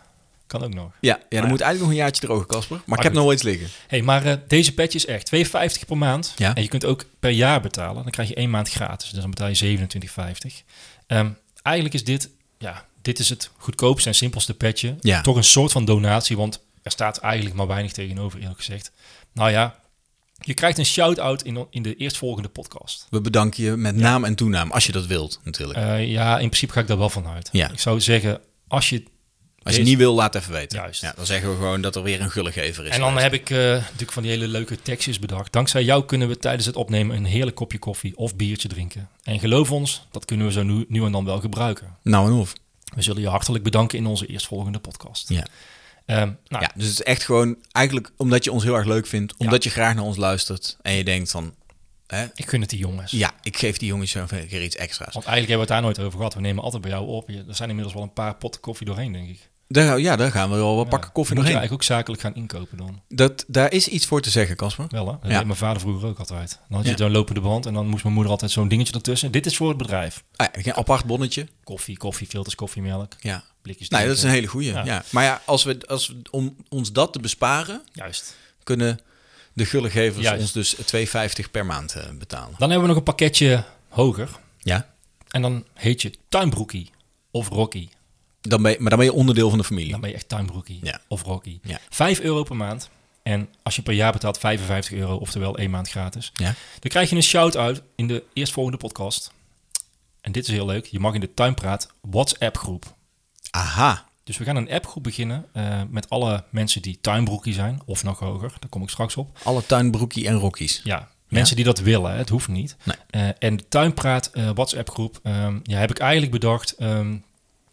Kan ook nog. Ja, ja dan Maar moet eigenlijk nog een jaartje drogen, Casper. Maar, Maar ik heb goed. nog wel iets liggen. Hey, maar uh, deze patch is echt twee vijftig per maand. Ja. En je kunt ook per jaar betalen. Dan krijg je één maand gratis. Dus dan betaal je zevenentwintig vijftig. Um, eigenlijk is dit, ja, dit is het goedkoopste en simpelste patchje. Ja. Toch een soort van donatie, want er staat eigenlijk maar weinig tegenover, eerlijk gezegd. Nou ja, je krijgt een shout-out in, in de eerstvolgende podcast. We bedanken je met naam en toenaam, als je dat wilt, natuurlijk. Uh, ja, in principe ga ik daar wel van uit. Ja. Ik zou zeggen, als je... Als je deze... niet wil, laat even weten. Juist. Ja, dan zeggen we gewoon dat er weer een gullegever is. En dan geweest. heb ik uh, natuurlijk van die hele leuke tekstjes bedacht. Dankzij jou kunnen we tijdens het opnemen een heerlijk kopje koffie of biertje drinken. En geloof ons, dat kunnen we zo nu, nu en dan wel gebruiken. Nou en of. We zullen je hartelijk bedanken in onze eerstvolgende podcast. Ja. Um, nou, ja, dus het is echt gewoon eigenlijk omdat je ons heel erg leuk vindt. Omdat ja. je graag naar ons luistert. En je denkt van... Hè, ik gun het die jongens. Ja, ik geef die jongens zo een keer iets extra's. Want eigenlijk hebben we het daar nooit over gehad. We nemen altijd bij jou op. Er zijn inmiddels wel een paar potten koffie doorheen, denk ik. Daar, ja, daar gaan we wel wat ja. pakken koffie Moet je doorheen. eigenlijk ook zakelijk gaan inkopen dan? Dat, daar is iets voor te zeggen, Casper. Wel hè? Dat ja. deed mijn vader vroeger ook altijd. Dan had je ja. zo'n lopende band en dan moest mijn moeder altijd zo'n dingetje ertussen. Dit is voor het bedrijf. Ah, ja, een apart bonnetje. Koffie, koffiefilters, koffiemelk. Ja. Blikjes. Nee, dat is een hele goeie. Ja. Ja. Maar ja, als we, als we, om ons dat te besparen, Juist. kunnen de gullegevers Juist. ons dus twee vijftig per maand uh, betalen. Dan hebben we nog een pakketje hoger. Ja. En dan heet je tuinbroekie of Rocky. Dan ben je, maar dan ben je onderdeel van de familie. Dan ben je echt tuinbroekie ja. of Rocky. Ja. vijf euro per maand. En als je per jaar betaalt vijfenvijftig euro, oftewel één maand gratis. Ja. Dan krijg je een shout-out in de eerstvolgende podcast. En dit is heel leuk. Je mag in de Tuinpraat WhatsApp groep. Aha. Dus we gaan een appgroep beginnen uh, met alle mensen die tuinbroekie zijn. Of nog hoger, daar kom ik straks op. Alle tuinbroekie en rockies. Ja, mensen ja. die dat willen. Hè. Het hoeft niet. Nee. Uh, en de Tuinpraat uh, WhatsApp groep, um, ja, heb ik eigenlijk bedacht... Um,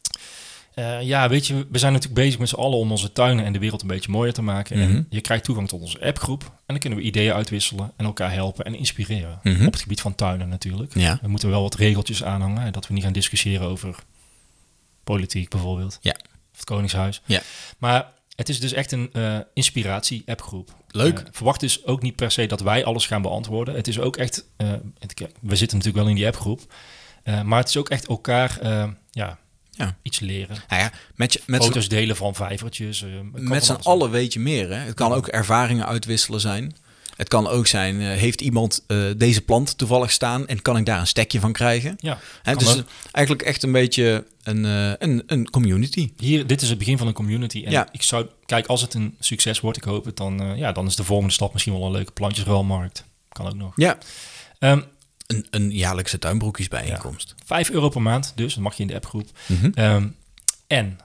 Uh, ja, weet je, we zijn natuurlijk bezig met z'n allen om onze tuinen en de wereld een beetje mooier te maken. Mm-hmm. En je krijgt toegang tot onze appgroep. En dan kunnen we ideeën uitwisselen en elkaar helpen en inspireren. Mm-hmm. Op het gebied van tuinen natuurlijk. Ja. We moeten wel wat regeltjes aanhangen. Hè, dat we niet gaan discussiëren over politiek bijvoorbeeld. Ja. Of het Koningshuis. Ja. Maar het is dus echt een uh, inspiratie-appgroep. Leuk. Uh, verwacht dus ook niet per se dat wij alles gaan beantwoorden. Het is ook echt... Uh, het, we zitten natuurlijk wel in die appgroep. Uh, maar het is ook echt elkaar... Uh, ja, Ja. iets leren. Nou ja, met je, met foto's delen van vijvertjes. Uh, met z'n allen weet je meer. Hè? Het kan ook ervaringen uitwisselen zijn. Het kan ook zijn, uh, heeft iemand uh, deze plant toevallig staan en kan ik daar een stekje van krijgen? Ja. Hè, dus ook. Eigenlijk echt een beetje een, uh, een, een community. Hier, dit is het begin van een community. En ja. ik zou, kijk, als het een succes wordt, ik hoop het, dan, uh, ja, dan is de volgende stap misschien wel een leuke plantjesruilmarkt. Kan ook nog. Ja. Um, Een, een jaarlijkse tuinbroekjesbijeenkomst. Ja. Vijf euro per maand, dus dat mag je in de appgroep. Mm-hmm. Um, en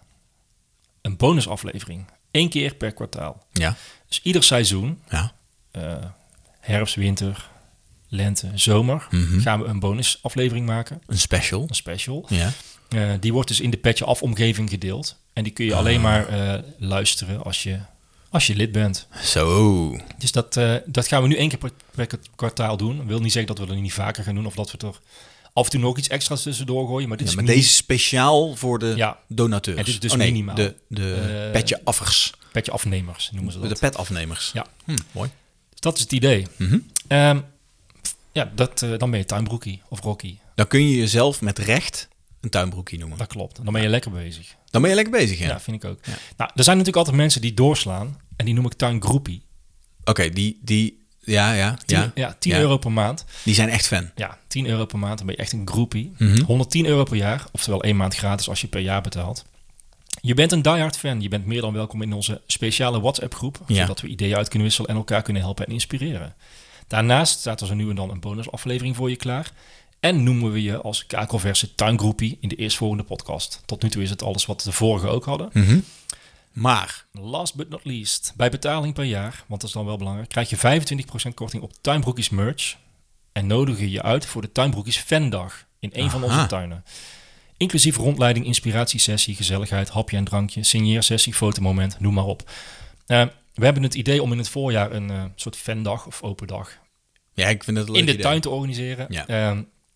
een bonusaflevering. Eén keer per kwartaal. Ja. Dus ieder seizoen, ja. uh, herfst, winter, lente, zomer, mm-hmm. gaan we een bonusaflevering maken. Een special. Een special. Ja. Uh, die wordt dus in de Petje Af omgeving gedeeld. En die kun je ah. alleen maar uh, luisteren als je... Als je lid bent. Zo. Dus dat, uh, dat gaan we nu één keer per, per kwartaal doen. Dat wil niet zeggen dat we dat niet vaker gaan doen. Of dat we er af en toe nog iets extra's tussendoor gooien. Maar, dit ja, is maar mini- deze speciaal voor de ja. donateurs. En dit is dus oh, nee, minimaal. De, de uh, petje affers. Petje afnemers noemen ze dat. De petafnemers. Ja. Hm, mooi. Dus dat is het idee. Mm-hmm. Um, ja, dat, uh, dan ben je tuinbroekie of Rocky. Dan kun je jezelf met recht een tuinbroekie noemen. Dat klopt. Dan ben je lekker bezig. Dan ben je lekker bezig, ja. Ja, vind ik ook. Ja. Nou, er zijn natuurlijk altijd mensen die doorslaan. En die noem ik tuingroepie. Oké, okay, die, die, ja, ja, tien, ja. ja, tien ja. euro per maand. Die zijn echt fan. Ja, tien euro per maand, dan ben je echt een groepie. Mm-hmm. honderdtien euro per jaar, oftewel één maand gratis als je per jaar betaalt. Je bent een diehard fan. Je bent meer dan welkom in onze speciale WhatsApp-groep. Ja. Zodat we ideeën uit kunnen wisselen en elkaar kunnen helpen en inspireren. Daarnaast staat er zo nu en dan een bonusaflevering voor je klaar. En noemen we je als kakelverse tuingroepie in de eerstvolgende podcast. Tot nu toe is het alles wat de vorige ook hadden. Mm-hmm. Maar, last but not least, bij betaling per jaar, want dat is dan wel belangrijk, krijg je vijfentwintig procent korting op Tuinbroekies merch. En nodigen je uit voor de Tuinbroekies Fandag in een Aha. van onze tuinen. Inclusief rondleiding, inspiratiesessie, gezelligheid, hapje en drankje, signeersessie, fotomoment, noem maar op. Uh, we hebben het idee om in het voorjaar een uh, soort fandag of open dag ja, ik vind het een leuk in de idee. tuin te organiseren. Ja. Uh,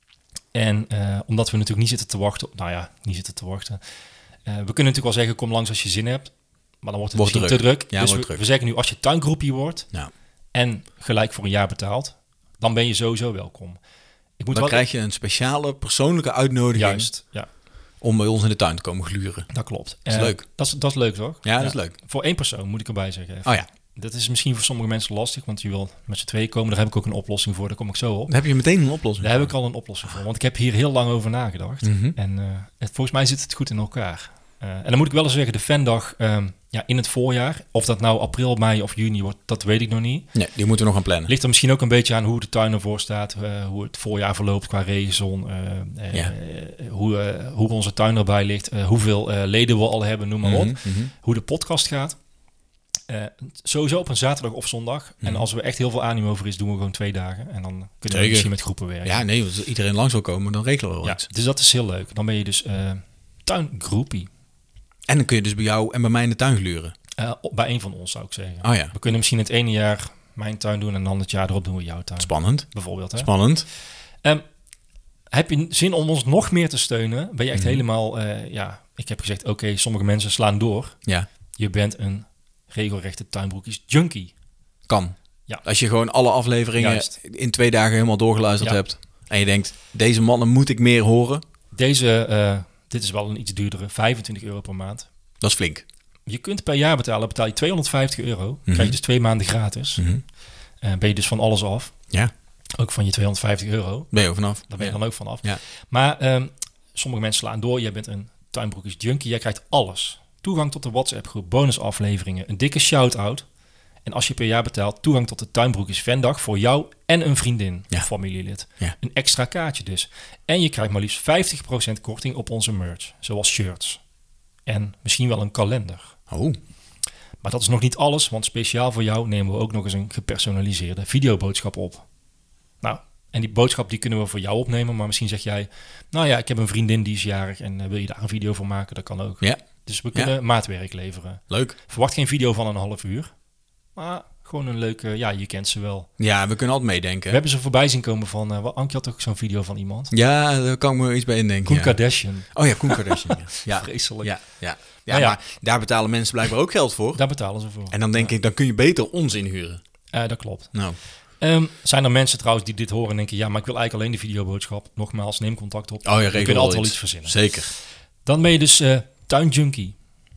en uh, omdat we natuurlijk niet zitten te wachten, nou ja, niet zitten te wachten. Uh, we kunnen natuurlijk wel zeggen, kom langs als je zin hebt. Maar dan wordt het wordt misschien druk. te druk. Ja, dus wordt we, druk. we zeggen nu, als je tuingroepie wordt ja. en gelijk voor een jaar betaalt, dan ben je sowieso welkom. Ik moet dan wel... krijg je een speciale persoonlijke uitnodiging. Juist, ja. om bij ons in de tuin te komen gluren. Dat klopt. Dat is Uh, leuk. Dat is, dat is leuk, toch? Ja, dat is leuk. Voor één persoon, moet ik erbij zeggen. Even. Oh ja. Dat is misschien voor sommige mensen lastig, want je wil met z'n tweeën komen. Daar heb ik ook een oplossing voor, daar kom ik zo op. Dan heb je meteen een oplossing. Daar heb ik al een oplossing voor, want ik heb hier heel lang over nagedacht. Mm-hmm. En uh, het, volgens mij zit het goed in elkaar. Uh, en dan moet ik wel eens zeggen, de fandag um, ja, in het voorjaar, of dat nou april, mei of juni wordt, dat weet ik nog niet. Nee, die moeten we nog gaan plannen. Ligt er misschien ook een beetje aan hoe de tuin ervoor staat, uh, hoe het voorjaar verloopt qua regenzon, uh, uh, Ja. uh, hoe, uh, hoe onze tuin erbij ligt, uh, hoeveel uh, leden we al hebben, noem maar op. Mm-hmm, mm-hmm. Hoe de podcast gaat. Uh, sowieso op een zaterdag of zondag. Mm. En als er echt heel veel animo over is, doen we gewoon twee dagen. En dan kunnen Zeker. we misschien met groepen werken. Ja, nee, als iedereen langs wil komen, dan regelen we wel Ja, iets. dus dat is heel leuk. Dan ben je dus uh, tuingroepie. En dan kun je dus bij jou en bij mij in de tuin gluren. Uh, op- bij een van ons zou ik zeggen. Oh ja, We kunnen misschien het ene jaar mijn tuin doen en dan het jaar erop doen we jouw tuin. spannend. Bijvoorbeeld. Hè? Spannend. Um, heb je zin om ons nog meer te steunen? Ben je echt Mhm. helemaal... Uh, ja, ik heb gezegd, oké, okay, sommige mensen slaan door. Ja, Je bent een regelrechte tuinbroekjes junkie. kan. Ja. Als je gewoon alle afleveringen Juist. in twee dagen helemaal doorgeluisterd Ja. hebt. En je denkt, deze mannen moet ik meer horen. Deze, uh, dit is wel een iets duurdere, vijfentwintig euro per maand. Dat is flink. Je kunt per jaar betalen, betaal je tweehonderdvijftig euro. Mhm. Krijg je dus twee maanden gratis. Mm-hmm. Uh, ben je dus van alles af. Ja, Ook van je tweehonderdvijftig euro. ben je ook vanaf. Daar ben je Ja. dan ook vanaf. Ja. Maar um, sommige mensen slaan door. Jij bent een tuinbroekjes junkie. Jij krijgt alles. Toegang tot de WhatsApp groep, bonusafleveringen, een dikke shout-out. En als je per jaar betaalt, toegang tot de tuinbroekjes fandag voor jou en een vriendin Ja. of familielid. Ja. Een extra kaartje dus. En je krijgt maar liefst vijftig procent korting op onze merch. Zoals shirts. En misschien wel een kalender. Oh, Maar dat is nog niet alles, want speciaal voor jou nemen we ook nog eens een gepersonaliseerde videoboodschap op. Nou, en die boodschap die kunnen we voor jou opnemen, maar misschien zeg jij, nou ja, ik heb een vriendin die is jarig en uh, wil je daar een video voor maken? Dat kan ook. ja, Dus we kunnen Ja. maatwerk leveren. leuk. Verwacht geen video van een half uur, maar gewoon een leuke, ja, je kent ze wel. Ja, we kunnen altijd We meedenken. hebben ze voorbij zien komen van, uh, Ankie had ook zo'n video van iemand. Ja, daar kan ik me iets bij indenken. Koen ja. Kardashian. Oh ja, Koen Kardashian. Ja, ja. Vreselijk. Ja, ja. Ja, Nou ja. maar daar betalen mensen blijkbaar ook geld voor. Daar betalen ze voor. En dan denk ik, dan kun je beter ons inhuren. Uh, dat klopt. Nou, Um, zijn er mensen trouwens die dit horen en denken, ja, maar ik wil eigenlijk alleen de videoboodschap. Nogmaals, neem contact op. oh ja, We regel kunnen wel altijd wel iets. iets verzinnen. Zeker. Dan ben je dus uh, tuinjunkie.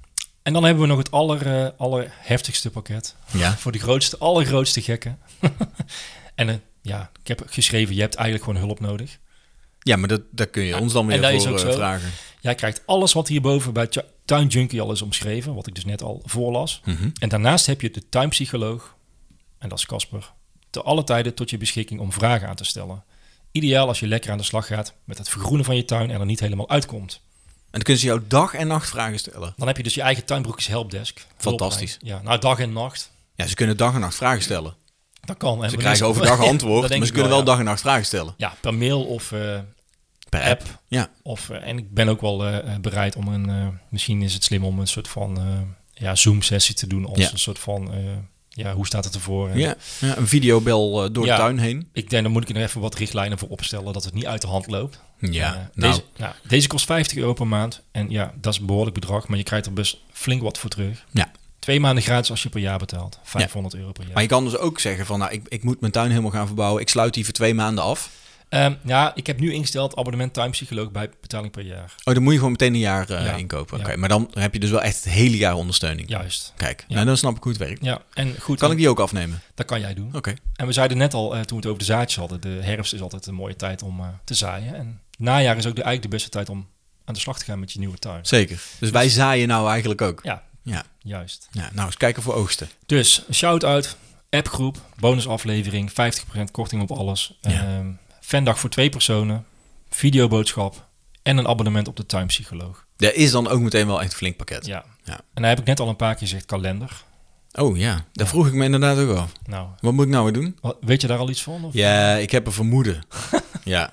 En dan hebben we nog het aller, uh, allerheftigste pakket. Ja. Voor de grootste, allergrootste gekken. en uh, ja, ik heb geschreven, je hebt eigenlijk gewoon hulp nodig. Ja, maar dat, daar kun je Ja, ons dan en weer dat is voor ook uh, zo. vragen. Jij krijgt alles wat hierboven bij tu- Tuinjunkie al is omschreven. Wat ik dus net al voorlas. Mhm. En daarnaast heb je de tuinpsycholoog. En dat is Casper. Te alle tijden tot je beschikking om vragen aan te stellen. Ideaal als je lekker aan de slag gaat met het vergroenen van je tuin en er niet helemaal uitkomt. En dan kunnen ze jou dag en nacht vragen stellen. Dan heb je dus je eigen tuinbroekjes helpdesk. Fantastisch. Ja, nou dag en nacht. Ja, ze kunnen dag en nacht vragen stellen. Dat kan. En Ze we krijgen doen- overdag Ja, antwoord, dat denk maar ze ik kunnen wel ja. dag en nacht vragen stellen. Ja, per mail of uh, Per app. app. Ja. Of, uh, en ik ben ook wel uh, bereid om een... Uh, misschien is het slim om een soort van uh, ja, Zoom-sessie te doen. Als Ja. een soort van... Uh, ja, hoe staat het ervoor? En Ja. Ja, een videobel uh, door Ja. de tuin heen. ik denk, dan moet ik er nog even wat richtlijnen voor opstellen... dat het niet uit de hand loopt. Ja, Uh, nou, deze, nou, deze kost vijftig euro per maand. En ja, dat is een behoorlijk bedrag. Maar je krijgt er best flink wat voor terug. Ja. Twee maanden gratis als je per jaar betaalt. vijfhonderd euro per jaar. maar je kan dus ook zeggen van, nou, ik, ik moet mijn tuin helemaal gaan verbouwen. Ik sluit die voor twee maanden af. Um, ja, ik heb nu ingesteld abonnement tuinpsycholoog bij betaling per jaar. Oh, dan moet je gewoon meteen een jaar uh, Ja. inkopen. Ja. Oké, maar dan heb je dus wel echt het hele jaar ondersteuning. Juist. Kijk, Ja. nou, dan snap ik hoe het werkt. Ja, en goed. Kan en- ik die ook afnemen? Dat kan jij doen. Oké. En we zeiden net al, uh, toen we het over de zaadjes hadden, de herfst is altijd een mooie tijd om uh, te zaaien. En najaar is ook de, eigenlijk de beste tijd om aan de slag te gaan met je nieuwe tuin. Zeker. Dus wij zaaien nou eigenlijk ook. Ja, Ja. juist. Ja, nou, eens kijken voor oogsten. Dus, een shout-out, appgroep, bonusaflevering, vijftig procent korting op alles. Ja. Um, fandag voor twee personen, videoboodschap en een abonnement op de tuinpsycholoog. Dat is dan ook meteen wel echt een flink pakket. Ja. Ja. En dan heb ik net al een paar keer gezegd kalender. Oh ja, dat Ja. vroeg ik me inderdaad ook af. Nou, Wat moet ik nou weer doen? wat- weet je daar al iets van? Of? Ja, ik heb een vermoeden. ja.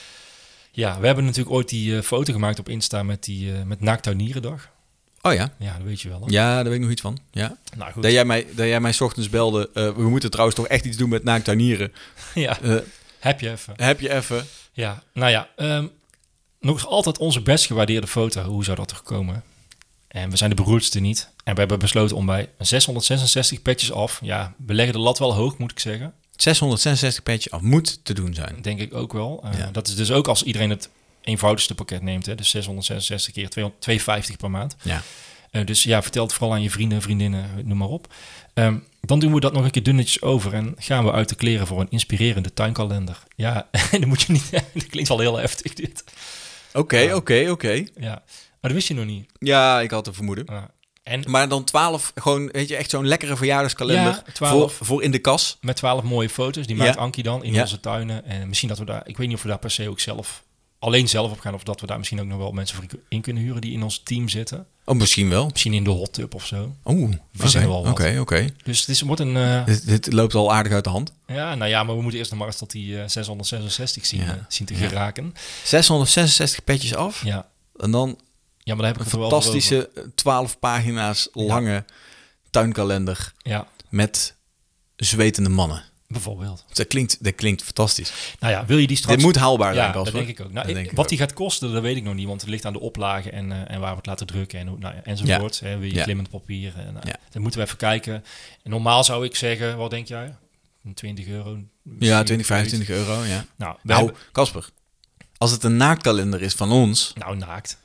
Ja, we hebben natuurlijk ooit die uh, foto gemaakt op Insta met, die, uh, met Naaktuinierendag. Oh ja. Ja, dat weet je wel. Hè? Ja, daar weet ik nog iets van. Ja. Nou goed. Dat jij mij, dat jij mij 's ochtends belde. Uh, we moeten trouwens toch echt iets doen met naaktuinieren. Ja, Uh, heb je even. heb je even... Ja, nou ja, um, nog eens altijd onze best gewaardeerde foto. Hoe zou dat er komen? En we zijn de beroerdste niet. En we hebben besloten om bij zeshonderdzesenzestig petjes af. Ja, we leggen de lat wel hoog, moet ik zeggen. zeshonderdzesenzestig petje af moet te doen zijn. Denk ik ook wel. Uh, Ja. Dat is dus ook als iedereen het eenvoudigste pakket neemt, hè, dus zeshonderdzesenzestig keer tweehonderdvijftig per maand. Ja. Uh, dus ja, vertel het vooral aan je vrienden, vriendinnen, noem maar op. Um, dan doen we dat nog een keer dunnetjes over en gaan we uit de kleren voor een inspirerende tuinkalender. Ja, dat moet je niet... Dat klinkt wel heel heftig, dit. Oké, oké, oké. Ja, maar dat wist je nog niet. Ja, ik had een vermoeden. Uh, en Maar dan twaalf, gewoon, weet je, echt zo'n lekkere verjaardagskalender Ja, twaalf. voor, voor in de kas. met twaalf mooie foto's, die Ja. maakt Ankie dan in Ja. onze tuinen. En misschien dat we daar... Ik weet niet of we daar per se ook zelf... alleen zelf op gaan, of dat we daar misschien ook nog wel mensen voor in kunnen huren die in ons team zitten. Oh, misschien wel. Misschien in de hot tub of zo. Oeh, Verzinnen oké, wel wat. oké, oké. Dus het is, wordt een... Uh, Dit, dit loopt al aardig uit de hand. ja, nou ja, maar we moeten eerst nog maar eens tot die uh, zeshonderdzesenzestig zien, Ja. uh, zien te Ja. geraken. zeshonderdzesenzestig petjes af. Ja. En dan Ja, maar daar heb ik een het er wel voor over. fantastische twaalf pagina's lange tuinkalender Ja, met zwetende mannen. bijvoorbeeld. Dat klinkt, dat klinkt fantastisch. Nou ja, wil je die straks... Dit moet haalbaar zijn, Ja, dat Casper. denk ik ook. Nou, Dat ik- denk ik wat ook. die gaat kosten, dat weet ik nog niet, want het ligt aan de oplage en, uh, en waar we het laten drukken en hoe, nou ja, enzovoort. Hè, wil je Ja. glimmend papier? En, uh, Ja. Dan moeten we even kijken. En normaal zou ik zeggen, wat denk jij? Een twintig euro? Ja, Misschien twintig, vijfentwintig euro, ja. Nou, we Nou, hebben- Casper, als het een naaktkalender is van ons, nou, naakt.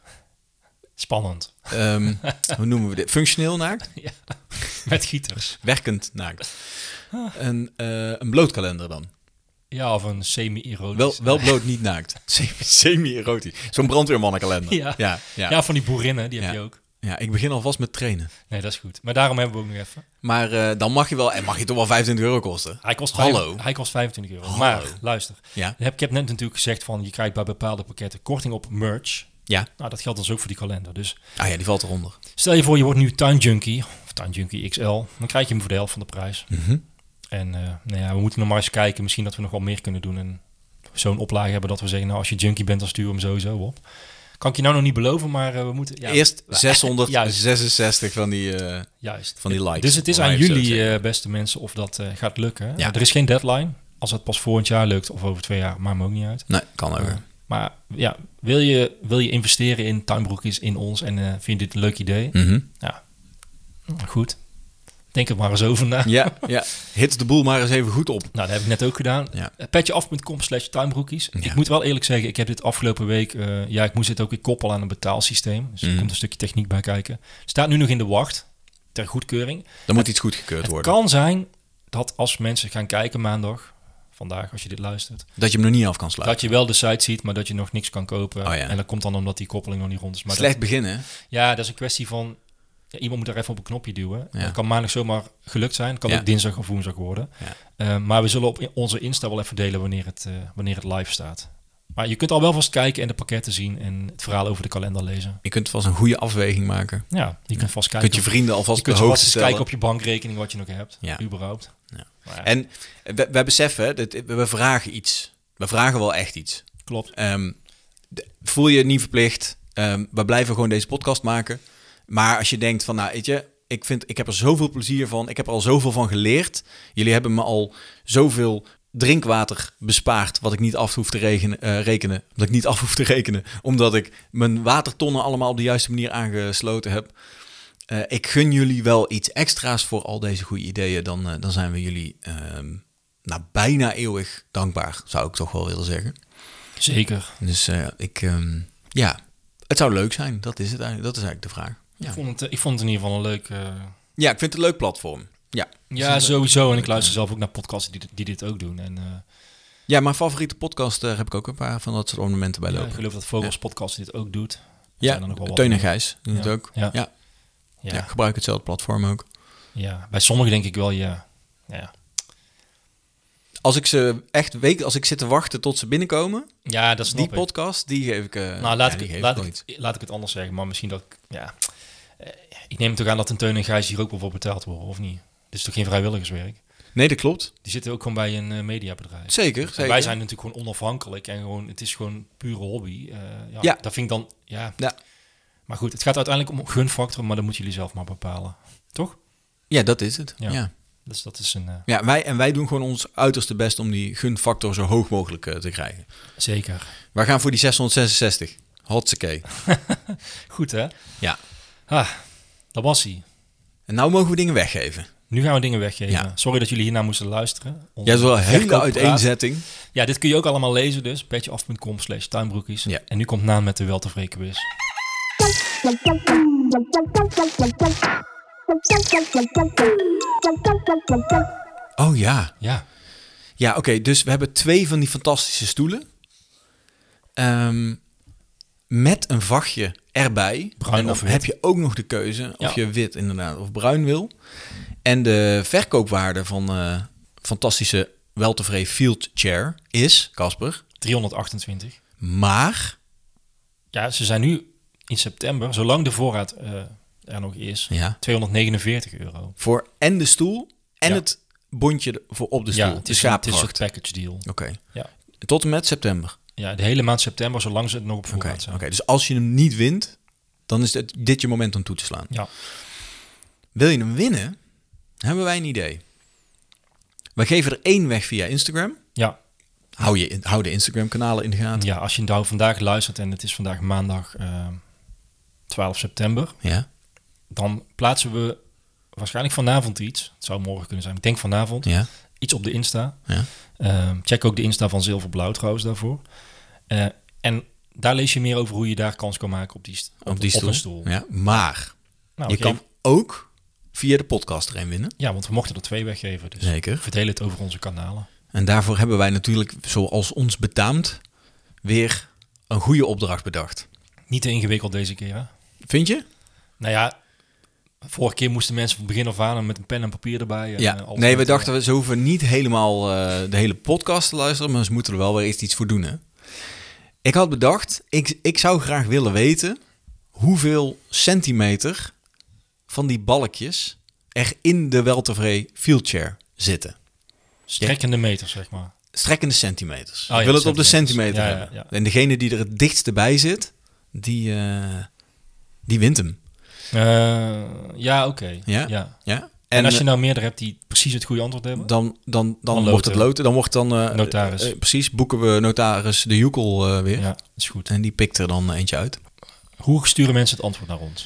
Spannend. ehm, hoe noemen we dit? Functioneel naakt? Met gieters. Werkend naakt. Een, eh, een blootkalender dan. Ja, of een semi-erotisch. Wel, wel bloot, niet naakt. Semi- Semi-erotisch. Zo'n brandweermannenkalender. Ja. Ja, ja. Ja, van die boerinnen, die heb Ja. je ook. Ja, ik begin alvast met trainen. Nee, dat is goed. Maar daarom hebben we ook nog even. Maar eh, dan mag je wel, en mag je toch wel vijfentwintig euro kosten? Hij kost, Hallo. vijf- hij kost vijfentwintig euro. Hallo. Maar, luister. Ja. Ik heb, ik heb net natuurlijk gezegd van, je krijgt bij bepaalde pakketten korting op merch. Ja. Nou, dat geldt dus ook voor die kalender. Dus Ah ja, die valt eronder. stel je voor, je wordt nu tuinjunkie, of tuinjunkie X L. Dan krijg je hem voor de helft van de prijs. Mhm. En uh, nou ja, we moeten nog maar eens kijken. Misschien dat we nog wel meer kunnen doen. En zo'n oplage hebben dat we zeggen, nou, als je junkie bent, dan stuur hem sowieso op. Kan ik je nou nog niet beloven, maar uh, we moeten... Ja, Eerst juist, zeshonderdzesenzestig van die, eh, juist. van die likes. Dus het is Om aan maar even zo te jullie, zeggen. uh, beste mensen, of dat uh, gaat lukken. Ja. Er is geen deadline. Als het pas volgend jaar lukt, of over twee jaar, maakt me ook niet uit. Nee, kan ook. Uh, maar ja, wil je, wil je investeren in tuinbroekjes, in ons, en uh, vind je dit een leuk idee? Mhm. Ja, goed. Denk er maar eens over na. Ja, ja. Hit de boel maar eens even goed op. Nou, dat heb ik net ook gedaan. Ja. Petjeaf punt com slash tuinbroekjes. Ja. Ik moet wel eerlijk zeggen, ik heb dit afgelopen week... Uh, ja, ik moest dit ook weer koppelen aan een betaalsysteem. Dus er Mm. komt een stukje techniek bij kijken. Staat nu nog in de wacht, ter goedkeuring. Dan moet iets goedgekeurd Het worden. kan zijn dat als mensen gaan kijken maandag... vandaag, als je dit luistert... Dat je hem nog niet af kan sluiten. dat je wel de site ziet, maar dat je nog niks kan kopen. Oh ja. En dat komt dan omdat die koppeling nog niet rond is. Maar Slecht dat, beginnen. ja, dat is een kwestie van... Ja, iemand moet daar even op een knopje duwen. Ja. Dat kan maandag zomaar gelukt zijn. Kan Ja. ook dinsdag of woensdag worden. Ja. Uh, maar we zullen op onze Insta wel even delen wanneer het, uh, wanneer het live staat. Maar je kunt al wel vast kijken en de pakketten zien... en het verhaal over de kalender lezen. Je kunt vast een goede afweging maken. Ja, je kunt vast Je kijken. kunt je vrienden alvast je op de kunt vast hoogte eens stellen. kijken op je bankrekening wat je nog hebt. Ja. Überhaupt. Ja. Maar ja, En we, we beseffen, dat we vragen iets. We vragen wel echt iets. klopt. Um, de, voel je niet verplicht. Um, we blijven gewoon deze podcast maken. Maar als je denkt van, nou weet je... Ik, vind, ik heb er zoveel plezier van. Ik heb er al zoveel van geleerd. Jullie hebben me al zoveel drinkwater bespaard... wat ik niet af hoef te rekenen, uh, rekenen. Omdat ik niet af hoef te rekenen. Omdat ik mijn watertonnen allemaal op de juiste manier aangesloten heb. Uh, ik gun jullie wel iets extra's voor al deze goede ideeën. Dan, uh, dan zijn we jullie uh, nou, bijna eeuwig dankbaar. Zou ik toch wel willen zeggen. Zeker. Dus uh, ik... Um, ja, het zou leuk zijn. Dat is het eigenlijk. Dat is eigenlijk de vraag. Ja. Ik, vond het, ik vond het in ieder geval een leuk... Uh... Ja, ik vind het een leuk platform. Ja, Ja, sowieso. En ik luister zelf ook naar podcasts die, die dit ook doen. En, uh, ja, mijn favoriete podcast, daar heb ik ook een paar van dat soort ornamenten bij ja, lopen. ik geloof dat Vogels podcast dit ook doet. Er Ja, zijn er nog wel wat Teun en meer. Gijs doen het Ja. ook. Ja. Ja. Ja. Ja, gebruik hetzelfde platform ook. Ja, bij sommigen denk ik wel, ja. ja. Als ik ze echt weet, als ik zit te wachten tot ze binnenkomen, Ja, dat snap die ik. podcast, die geef ik... Uh, Nou, laat, ja, die ik, geef laat, wel ik, iets. laat ik het anders zeggen, maar misschien dat ik... Ja, eh, ik neem toch aan dat een Teun en Gijs hier ook wel voor betaald worden, of niet? Dit is toch geen vrijwilligerswerk? Nee, dat klopt. Die zitten ook gewoon bij een uh, mediabedrijf. Zeker, En zeker. wij zijn natuurlijk gewoon onafhankelijk en gewoon, het is gewoon pure hobby. Uh, ja, Ja. Dat vind ik dan, ja. Ja. Maar goed, het gaat uiteindelijk om gunfactor, maar dat moeten jullie zelf maar bepalen. Toch? Ja, dat is het. Ja. Ja. Dus dat is een... Uh, Ja, wij, en wij doen gewoon ons uiterste best om die gunfactor zo hoog mogelijk uh, te krijgen. zeker. Wij gaan voor die zeshonderdzesenzestig. Hotsakee. Goed, hè? Ja. Ah, dat was hij. En nou mogen we dingen weggeven. Nu gaan we dingen weggeven. Ja. Sorry dat jullie hiernaar moesten luisteren. Onze Ja, dat is wel een hele verkooppraat. uiteenzetting. Ja, dit kun je ook allemaal lezen dus. petjeaf.com slash tuinbroekies. Ja. En nu komt Naan met de weltevreden quiz. Oh ja. Ja, Ja, oké. Dus we hebben twee van die fantastische stoelen. Ehm, met een vachtje erbij. Bruin en dan of wit. heb je ook nog de keuze of Ja. je wit inderdaad of bruin wil. En de verkoopwaarde van eh fantastische weltevreden field chair is, Casper, driehonderdachtentwintig. maar... Ja, ze zijn nu in september, zolang de voorraad eh, er nog is, Ja, tweehonderdnegenenveertig euro. voor en de stoel en Ja. het bondje voor op de stoel. Ja, het de is, een, het is een schaapvacht. package deal. Oké. Ja. Tot en met september. Ja, de hele maand september, zolang ze het nog op Oké. voorraad Oké. zijn. Dus als je hem niet wint, dan is dit, dit je moment om toe te slaan. Ja. Wil je hem winnen? Hebben wij een idee. We geven er één weg via Instagram. Ja. Hou, je, hou de Instagram-kanalen in de gaten. ja, als je nou vandaag luistert en het is vandaag maandag eh, twaalf september, Ja. dan plaatsen we waarschijnlijk vanavond iets. Het zou morgen kunnen zijn. Ik denk vanavond. Ja. Iets op de Insta. Ja. Uh, check ook de Insta van Zilverblauw trouwens daarvoor. Uh, en daar lees je meer over hoe je daar kans kan maken op die, st- op, Op die op stoel. een stoel. Ja. Maar Nou, je we kan geven- ook via de podcast erin winnen. Ja, want we mochten er twee weggeven. Dus Zeker. verdeel het over onze kanalen. En daarvoor hebben wij natuurlijk, zoals ons betaamt, weer een goede opdracht bedacht. Niet te ingewikkeld deze keer, hè? Vind je? Nou ja, vorige keer moesten mensen van begin af aan met een pen en papier erbij. En, Ja. eh, alles Nee, we met, dachten, eh, we ze hoeven niet helemaal eh, de hele podcast te luisteren, maar ze moeten er wel weer eens iets voor doen, hè? Ik had bedacht, ik, ik zou graag willen weten hoeveel centimeter van die balkjes er in de weltevreden fieldchair zitten. strekkende meters, zeg maar. Strekkende centimeters. ja, ik wil het op de centimeters. centimeter Ja, ja, hebben. ja. En degene die er het dichtst bij zit, die, eh, die wint hem. Uh, ja, oké. Okay. Ja? Ja. Ja? En, En, als je eh, nou meerdere hebt die precies het goede antwoord hebben? dan, dan, dan, Dan wordt het loten. loten. Dan wordt dan... eh, Notaris. eh, precies, boeken we notaris de Joekel eh, weer. Ja, dat is goed. En die pikt er dan eentje uit. Hoe sturen mensen het antwoord naar ons?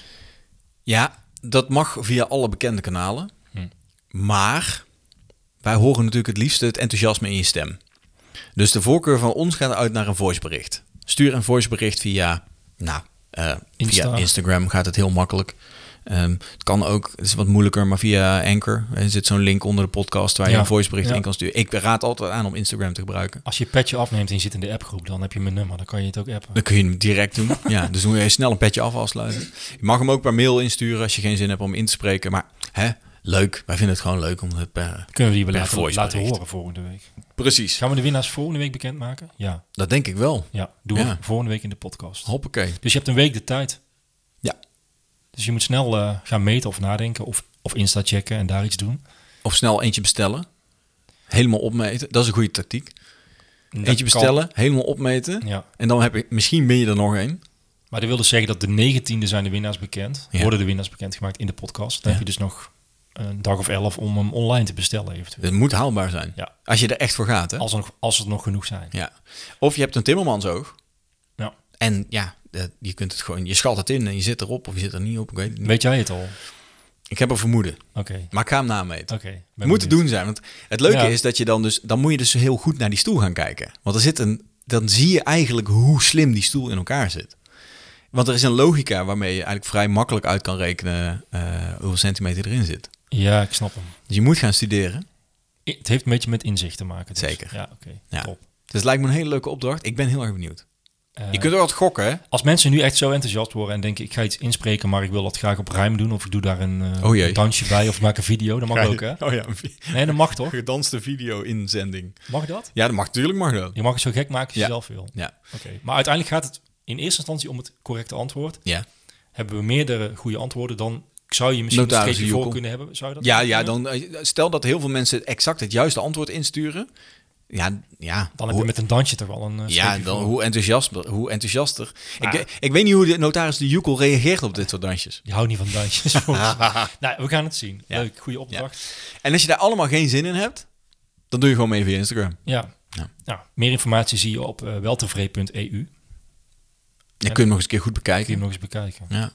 Ja, dat mag via alle bekende kanalen. Hm. Maar wij horen natuurlijk het liefst het enthousiasme in je stem. Dus de voorkeur van ons gaat uit naar een voicebericht. Stuur een voicebericht via, nou, uh, Insta. via Instagram gaat het heel makkelijk. Um, het kan ook, het is wat moeilijker, maar via Anchor. Er zit zo'n link onder de podcast waar je Ja. een voicebericht Ja. in kan sturen. Ik raad altijd aan om Instagram te gebruiken. Als je je petje afneemt en je zit in de appgroep, dan heb je mijn nummer. Dan kan je het ook appen. Dan kun je hem direct doen. Ja, dus dan moet je snel een petje af afsluiten. Je mag hem ook per mail insturen als je geen zin hebt om in te spreken. Maar hè, leuk. Wij vinden het gewoon leuk om het per... Kunnen we die wel per laten, voicebericht. laten horen volgende week. Precies. Gaan we de winnaars volgende week bekendmaken? Ja. Dat denk ik wel. Ja, doen we Ja. volgende week in de podcast. Hoppakee. Dus je hebt een week de tijd. Ja. Dus je moet snel uh, gaan meten of nadenken of, of Insta checken en daar iets doen. Of snel eentje bestellen. Helemaal opmeten. Dat is een goede tactiek. Dat Eentje kan. bestellen, helemaal opmeten. Ja. En dan heb ik, misschien ben je er nog één. Maar dat wil dus zeggen dat de negentiende zijn de winnaars bekend. Ja. Worden de winnaars bekendgemaakt in de podcast. Dan Ja. heb je dus nog een dag of elf om hem online te bestellen eventueel. Het moet haalbaar zijn. Ja. Als je er echt voor gaat. Hè? Als er, nog, als er nog genoeg zijn. Ja. Of je hebt een timmermansoog. Ja. En ja, dat- je kunt het gewoon, je schat het in en je zit erop of je zit er niet op. Ik weet het niet. Weet jij het al? Ik heb een vermoeden. Oké. Maar ik ga hem nameten. Oké. ben Het moet te benieuwd. doen zijn. Want het leuke Ja. is dat je dan dus... Dan moet je dus heel goed naar die stoel gaan kijken. Want er zit een... Dan zie je eigenlijk hoe slim die stoel in elkaar zit. Want er is een logica waarmee je eigenlijk vrij makkelijk uit kan rekenen... Uh, hoeveel centimeter erin zit. Ja, ik snap hem. Dus je moet gaan studeren. I- Het heeft een beetje met inzicht te maken. Dus. Zeker. Ja, oké. Ja. Top. Dus het lijkt me een hele leuke opdracht. Ik ben heel erg benieuwd. Uh, Je kunt er wat gokken, hè? Als mensen nu echt zo enthousiast worden en denken... ik ga iets inspreken, maar ik wil dat graag op rijm doen... of ik doe daar een, uh, Oh jee. een dansje bij of ik maak een video... dat mag ook, hè? Oh ja, een Nee, dat mag toch? gedanste video-inzending. Mag dat? Ja, dat mag natuurlijk, mag dat. Je mag het zo gek maken als je Ja. zelf wil. Ja. Oké. Maar uiteindelijk gaat het in eerste instantie om het correcte antwoord. Ja. Hebben we meerdere goede antwoorden... dan zou je misschien Notaris een streepje voor Joekel. kunnen hebben. Zou je dat Ja, kunnen? ja, dan eh, stel dat heel veel mensen exact het juiste antwoord insturen. Ja, ja. Dan heb hoe- je met een dansje toch wel een uh, Ja, streepje dan voor. hoe enthousiaster. Hoe enthousiaster. Maar- Ik, ik weet niet hoe de notaris de Joekel reageert op dit soort dansjes. Je houdt niet van dansjes. volgens mij. Nou, we gaan het zien. Ja. Leuk, goede opdracht. En als je daar allemaal geen zin in hebt, dan doe je gewoon mee via Instagram. Ja. Ja. Nou, meer informatie zie je op uh, weltevreden punt e u. Je kunt hem nog eens een keer goed Kun je hem bekijken. nog eens bekijken. Ja.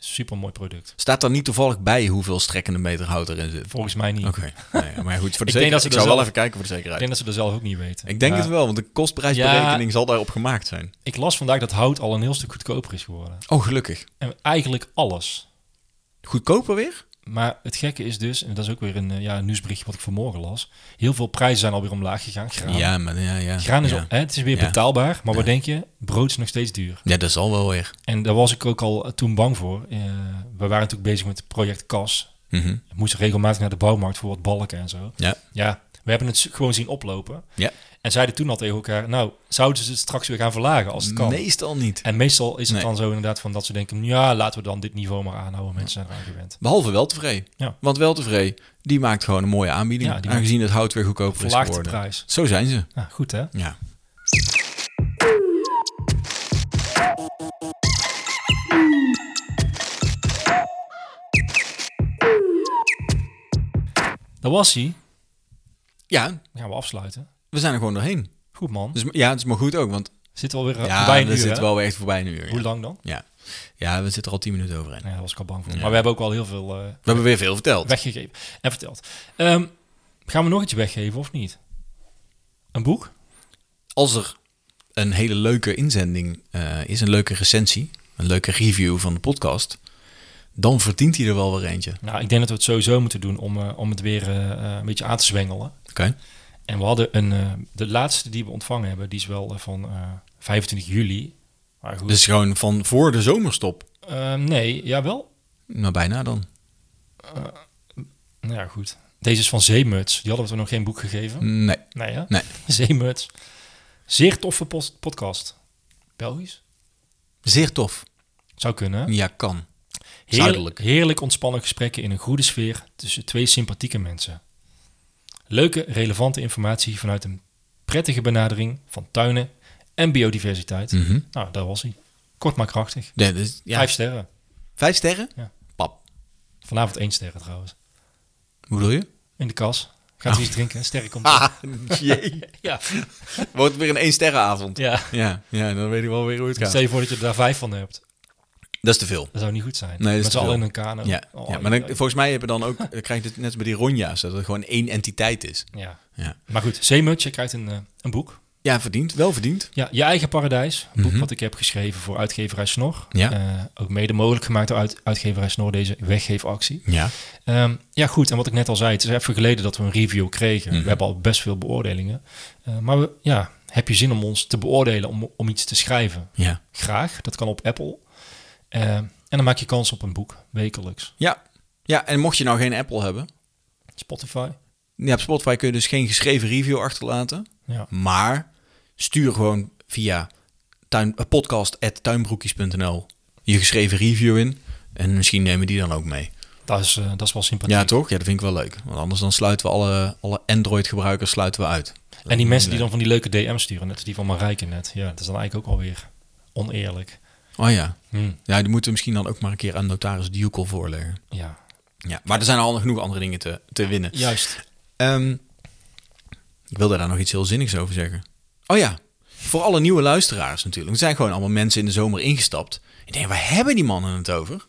Super mooi product. Staat er niet toevallig bij hoeveel strekkende meter hout erin zit? Volgens mij niet. Oké, okay. nee, maar goed, voor de Ik denk dat zekerheid. ze Ik er zou wel zelf- even kijken voor de Ik zekerheid. denk dat ze er zelf ook niet weten. Ik denk Maar het wel, want de kostprijsberekening Ja. zal daarop gemaakt zijn. Ik las vandaag dat hout al een heel stuk goedkoper is geworden. Oh, gelukkig. En eigenlijk alles. Goedkoper weer? Maar het gekke is dus, en dat is ook weer een, eh, ja, een nieuwsberichtje wat ik vanmorgen las. Heel veel prijzen zijn alweer omlaag gegaan. Graan, Ja, maar ja, ja. Graan is ja. al, hè, het is weer Ja. betaalbaar. Maar Ja. wat denk je? Brood is nog steeds duur. Ja, dat zal wel weer. En daar was ik ook al toen bang voor. Uh, we waren natuurlijk bezig met het project K A S. Mhm. We moesten regelmatig naar de bouwmarkt voor wat balken en zo. Ja. Ja, we hebben het gewoon zien oplopen. Ja. En zeiden toen al tegen elkaar, nou, zouden ze het straks weer gaan verlagen als het kan? Meestal niet. En meestal is het Nee. dan zo inderdaad van dat ze denken, ja, laten we dan dit niveau maar aanhouden. Mensen zijn eraan gewend. Behalve wel tevreden. Ja. Want wel tevreden, die maakt gewoon een mooie aanbieding. Ja, die aangezien het hout weer goedkoper is Verlaagt de geworden. prijs. Zo zijn ze. Nou, goed hè? Ja. Dat was hij. Ja, Dan gaan we afsluiten. we zijn er gewoon doorheen. Goed man. Dus ja, het is maar goed ook, want Zitten we alweer ja, voorbij een we uur, zitten hè? wel weer echt voorbij een uur. Hoe Ja. lang dan? Ja. ja, we zitten er al tien minuten overheen. Ja, daar was ik al bang voor. Ja. Maar we hebben ook al heel veel uh, We hebben weer veel verteld. weggegeven en verteld. Um, gaan we nog iets weggeven of niet? Een boek? Als er een hele leuke inzending uh, is, een leuke recensie, een leuke review van de podcast, dan verdient hij er wel weer eentje. Nou, ik denk dat we het sowieso moeten doen om, uh, om het weer uh, een beetje aan te zwengelen. Oké. Okay. En we hadden een, uh, de laatste die we ontvangen hebben, die is wel uh, van uh, vijfentwintig juli. Maar goed. Dus gewoon van voor de zomerstop. Uh, nee, jawel. Nou, bijna dan. Uh, nou ja, goed. Deze is van Zeemuts. Die hadden we nog geen boek gegeven. Nee. Nee, hè? Nee. Zeemuts. Zeer toffe post- podcast. Belgisch? Zeer tof. Zou kunnen, hè? Ja, kan. Heer, Zuidelijk. Heerlijk ontspannen gesprekken in een goede sfeer tussen twee sympathieke mensen. Leuke, relevante informatie vanuit een prettige benadering van tuinen en biodiversiteit. Mm-hmm. Nou, daar was hij. Kort maar krachtig. Ja, dus, ja. Vijf sterren. Vijf sterren? Ja. Pap. Vanavond één sterren trouwens. Hoe bedoel je? In de kas. Gaat Oh. iets drinken. Sterren komt Ah, jee. Ja. Wordt weer een één sterrenavond. Ja. Ja, ja, dan weet je wel weer hoe het gaat. Stel je voor dat je er daar vijf van hebt. Dat is te veel. Dat zou niet goed zijn. Nee, dat is Met te z'n allen veel. in een kano. Ja, Oh, ja, maar dan, ja, volgens mij heb je dan ook, dan krijg je het net als bij die ronja's, dat het gewoon één entiteit is. ja. Ja, Maar goed, Zeemuts, je krijgt een, uh, een boek. ja verdiend. Wel verdiend. Ja, Je Eigen Paradijs. Een boek Mhm. wat ik heb geschreven voor uitgeverij Snor. Ja. Uh, ook mede mogelijk gemaakt door uit, uitgeverij Snor, deze weggeefactie. Ja. Um, ja goed, en wat ik net al zei, het is even geleden dat we een review kregen. Mhm. We hebben al best veel beoordelingen. Uh, maar we, ja, heb je zin om ons te beoordelen, om, om iets te schrijven? Ja. Graag, dat kan op Apple. Uh, en dan maak je kans op een boek, wekelijks. Ja. Ja, en mocht je nou geen Apple hebben, Spotify. ja, op Spotify kun je dus geen geschreven review achterlaten. Ja. Maar stuur gewoon via tuin, podcast at tuinbroekjes punt n l je geschreven review in. En misschien nemen die dan ook mee. Dat is, uh, dat is wel sympathiek. Ja, toch? Ja, dat vind ik wel leuk. Want anders dan sluiten we alle, alle Android-gebruikers sluiten we uit. En die mensen die dan van die leuke D M's sturen, net als die van Marijke net. Ja, dat is dan eigenlijk ook alweer oneerlijk. Oh ja. Hmm. Ja, die moeten we misschien dan ook maar een keer aan notaris Dukel voorleggen. Ja, Ja, maar er zijn al genoeg andere dingen te, te winnen. juist. Um, ik wilde daar nog iets heel zinnigs over zeggen. Oh ja, voor alle nieuwe luisteraars natuurlijk. Er zijn gewoon allemaal mensen in de zomer ingestapt. Ik denk, waar hebben die mannen het over?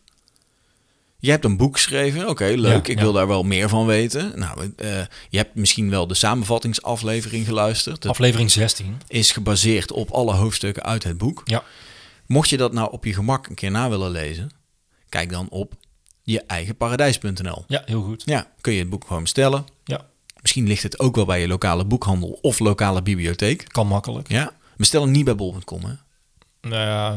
Je hebt een boek geschreven. Oké, okay, leuk. Ja, ik ja. wil daar wel meer van weten. Nou, uh, je hebt misschien wel de samenvattingsaflevering geluisterd. Dat Aflevering zestien. is gebaseerd op alle hoofdstukken uit het boek. Ja. Mocht je dat nou op je gemak een keer na willen lezen, kijk dan op je eigen paradijs punt n l. Ja, heel goed. Ja, kun je het boek gewoon bestellen. Ja, Misschien ligt het ook wel bij je lokale boekhandel of lokale bibliotheek. kan makkelijk. Ja, bestel hem niet bij bol punt com, hè? Uh,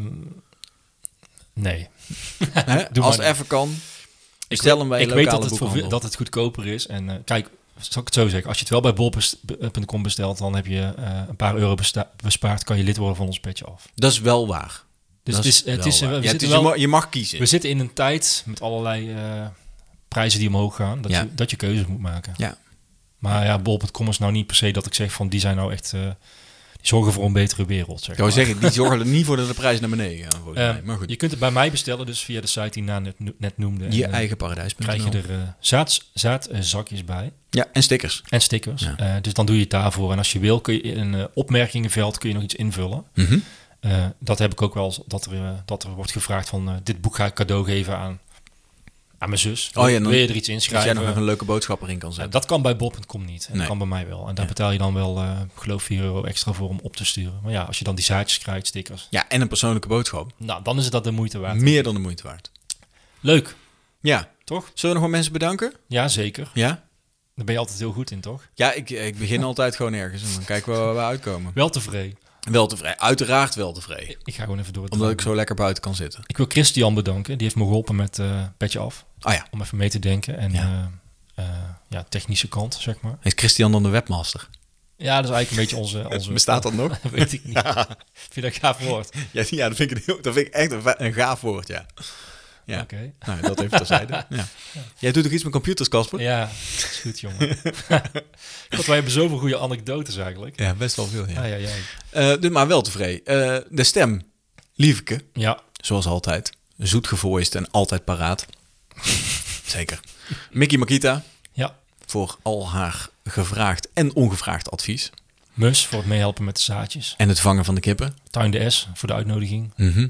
nee. Hè? Doe Als maar het even kan, bestel hem bij je Ik lokale weet dat het, voor, boekhandel. dat het goedkoper is. En uh, kijk, zal ik het zo zeggen. Als je het wel bij bol punt com bestelt, dan heb je uh, een paar euro besta- bespaard. Kan je lid worden van ons petje af. Dat is wel waar. Dus Dat het is, wel het is, waar. we, Ja, het zitten is je, wel, ma- je mag kiezen. we zitten in een tijd met allerlei uh, prijzen die omhoog gaan. Dat, Ja. je, dat je keuzes moet maken. Ja. Maar ja, bol punt com is nou niet per se dat ik zeg van die zijn nou echt... Uh, die zorgen voor een betere wereld, zeg Ik wou maar. zeggen, die zorgen er niet voor dat de prijs naar beneden gaat, volgens Uh, mij. Maar goed, je kunt het bij mij bestellen, dus via de site die Na net, net noemde. je En, uh, eigen paradijs punt n l. krijg je er uh, zaad, zaadzakjes bij. Ja, en stickers. En stickers. Ja. Uh, dus dan doe je het daarvoor. En als je wil, kun je in een uh, opmerkingenveld kun je nog iets invullen. Mm-hmm. Uh, dat heb ik ook wel eens, dat er, uh, dat er wordt gevraagd van... Uh, dit boek ga ik cadeau geven aan, aan mijn zus. Oh ja, dan, wil je er iets inschrijven? Dat jij nog even een leuke boodschap erin kan zetten. Uh, dat kan bij bol punt com niet. En nee. Dat kan bij mij wel. En daar ja. betaal je dan wel, uh, geloof vier euro extra voor om op te sturen. Maar ja, als je dan die zaadjes krijgt, stickers... Ja, en een persoonlijke boodschap. Nou, dan is het dat de moeite waard. Meer dan de moeite waard. Leuk. Ja. Toch? Zullen we nog wel mensen bedanken? Ja, zeker. Ja? Daar ben je altijd heel goed in, toch? Ja, ik, ik begin altijd gewoon ergens en dan kijken we waar we uitkomen. Wel tevreden. Wel tevreden. Uiteraard wel tevreden. Ik ga gewoon even door. Omdat ik zo lekker buiten kan zitten. Ik wil Christian bedanken. Die heeft me geholpen met uh, Petje Af. Oh ja. Om even mee te denken. En ja. Uh, uh, ja, technische kant, zeg maar. Is Christian dan de webmaster? Ja, dat is eigenlijk een beetje onze... onze Bestaat dat nog? Weet ik niet. Ja. Vind je dat een gaaf woord? Ja, ja dat, vind ik heel, dat vind ik echt een, een gaaf woord, ja. Ja, oké. Okay. Nou, dat even terzijde. Ja. Ja. Jij doet toch iets met computers, Casper? Ja, dat is goed, jongen. God, wij hebben zoveel goede anekdotes eigenlijk. Ja, best wel veel, ja. Ah, ja, ja. Uh, dus maar wel tevreden. Uh, de stem, Lieveke. Ja. Zoals altijd. Zoet gevoiced en altijd paraat. Zeker. Mickey Makita. Ja. Voor al haar gevraagd en ongevraagd advies. Mus voor het meehelpen met de zaadjes. En het vangen van de kippen. Tuin de S voor de uitnodiging. Mm-hmm.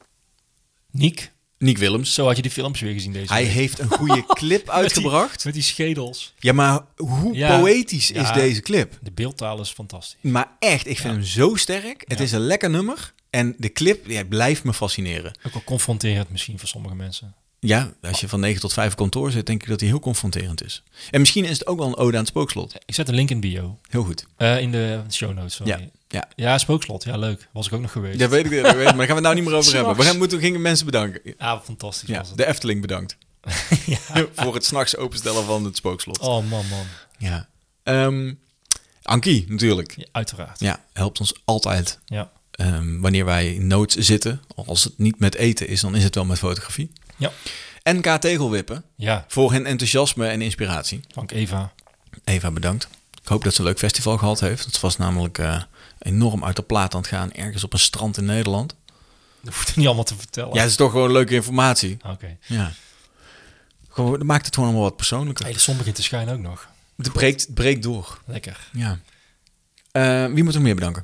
Niek. Niek Willems. Zo had je die films weer gezien deze Hij week. heeft een goede clip uitgebracht. Met die, met die schedels. Ja, maar hoe ja, poëtisch ja, is deze clip? De beeldtaal is fantastisch. Maar echt, ik vind ja. hem zo sterk. Het ja. is een lekker nummer. En de clip ja, blijft me fascineren. Ook al confronterend misschien voor sommige mensen. Ja, als je van negen tot vijf op kantoor zit, denk ik dat hij heel confronterend is. En misschien is het ook wel een ode aan het spookslot. Ik zet een link in bio. Heel goed. Uh, in de show notes, sorry. Ja, ja. ja, spookslot. Ja, leuk. Was ik ook nog geweest. Ja, weet ik, dat weet ik, maar daar gaan we het nou niet meer over hebben. We gaan, moeten, gingen mensen bedanken. Ja, fantastisch ja, was het. De Efteling bedankt. ja. Voor het 's nachts openstellen van het spookslot. Oh, man, man. Ja. Um, Ankie, natuurlijk. Ja, uiteraard. Ja, helpt ons altijd. Ja. Um, wanneer wij in nood zitten. Als het niet met eten is, dan is het wel met fotografie. Ja. N K Tegelwippen. Ja. Voor hun enthousiasme en inspiratie. Dank Eva. Eva, bedankt. Ik hoop dat ze een leuk festival gehad heeft. Het was namelijk uh, enorm uit de plaat aan het gaan. Ergens op een strand in Nederland. Dat hoeft niet allemaal te vertellen. Ja, het is toch gewoon leuke informatie. Oké. Okay. Ja. Gewoon, dat maakt het gewoon allemaal wat persoonlijker. Hey, de zon begint te schijnen ook nog. Het breekt, breekt door. Lekker. Ja. Uh, wie moet er meer bedanken?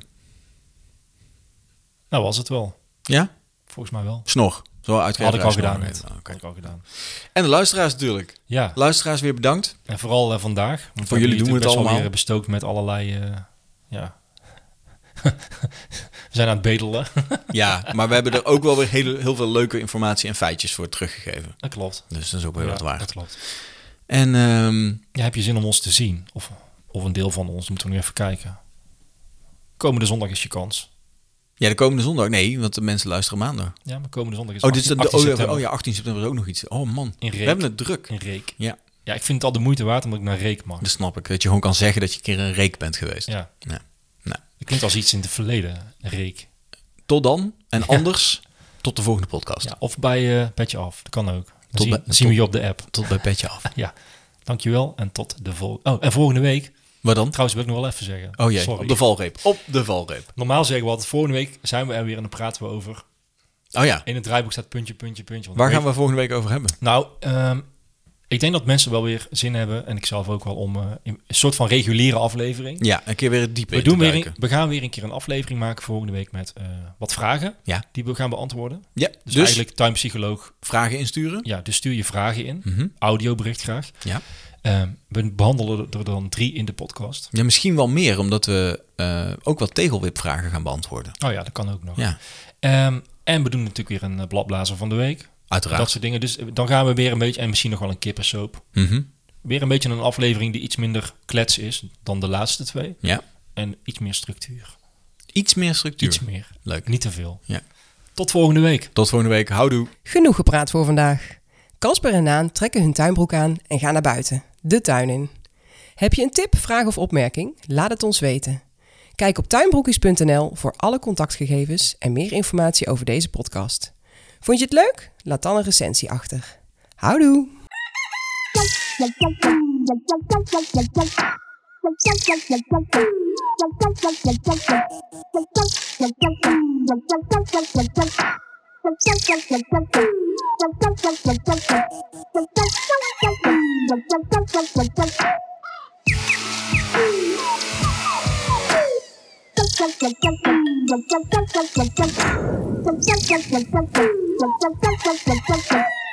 Nou, was het wel. Ja? Volgens mij wel. Snor. Zo Had ik al gedaan. Oh, okay. Had ik al gedaan. En de luisteraars natuurlijk. Ja. Luisteraars weer bedankt. En vooral uh, vandaag. Want voor jullie doen we het allemaal. Weer bestookt met allerlei... Uh, ja... we zijn aan het bedelen. Ja, maar we hebben er ook wel weer heel, heel veel leuke informatie en feitjes voor teruggegeven. Dat klopt. Dus dat is ook weer ja, wat waard. Dat klopt. En um, ja, heb je zin om ons te zien? Of, of een deel van ons? Moeten we nu even kijken. Komende zondag is je kans. Ja, de komende zondag? Nee, want de mensen luisteren maandag. Ja, maar komende zondag is oh, dit is de, achttien september. Oh ja, achttien september is ook nog iets. Oh man, in Reek. We hebben het druk. In Reek. Ja. Ja, ik vind het al de moeite waard omdat ik naar Reek mag. Dat snap ik. Dat je gewoon kan zeggen dat je een keer een Reek bent geweest. Ja. Ja. Nou. Dat klinkt als iets in het verleden, Reek. Tot dan. En ja. anders, tot de volgende podcast. Ja, of bij uh, Petje Af. Dat kan ook. Dan, tot zien, bij, dan zien we je op de app. Tot bij Petje Af. Ja. Dankjewel en tot de volgende... Oh, en volgende week... Wat dan? Trouwens, wil ik nog wel even zeggen. Oh jee, Sorry. op de valreep. Op de valreep. Normaal zeggen we altijd, volgende week zijn we er weer en dan praten we over... Oh ja. In het draaiboek staat puntje, puntje, puntje. Waar gaan we volgende week over hebben? Nou, um, ik denk dat mensen wel weer zin hebben, en ik zelf ook wel, om uh, een soort van reguliere aflevering. Ja, een keer weer het diepe we doen weer een, We gaan weer een keer een aflevering maken volgende week met uh, wat vragen ja. die we gaan beantwoorden. Ja, dus, dus eigenlijk tuinpsycholoog. Vragen insturen? Ja, dus stuur je vragen in. Mm-hmm. Audiobericht graag. Ja. Uh, we behandelen er dan drie in de podcast. Ja, misschien wel meer, omdat we uh, ook wat tegelwipvragen gaan beantwoorden. Oh ja, dat kan ook nog. Ja. Um, en we doen natuurlijk weer een uh, bladblazer van de week. Uiteraard. Dat soort dingen. Dus dan gaan we weer een beetje, en misschien nog wel een kippensoap. Mm-hmm. Weer een beetje een aflevering die iets minder klets is dan de laatste twee. Ja. En iets meer structuur. Iets meer structuur. Iets meer. Leuk. Niet te veel. Ja. Tot volgende week. Tot volgende week. Houdoe. Genoeg gepraat voor vandaag. Casper en Naan trekken hun tuinbroek aan en gaan naar buiten. De tuin in. Heb je een tip, vraag of opmerking? Laat het ons weten. Kijk op tuinbroekjes punt n l voor alle contactgegevens en meer informatie over deze podcast. Vond je het leuk? Laat dan een recensie achter. Houdoe! Thank you.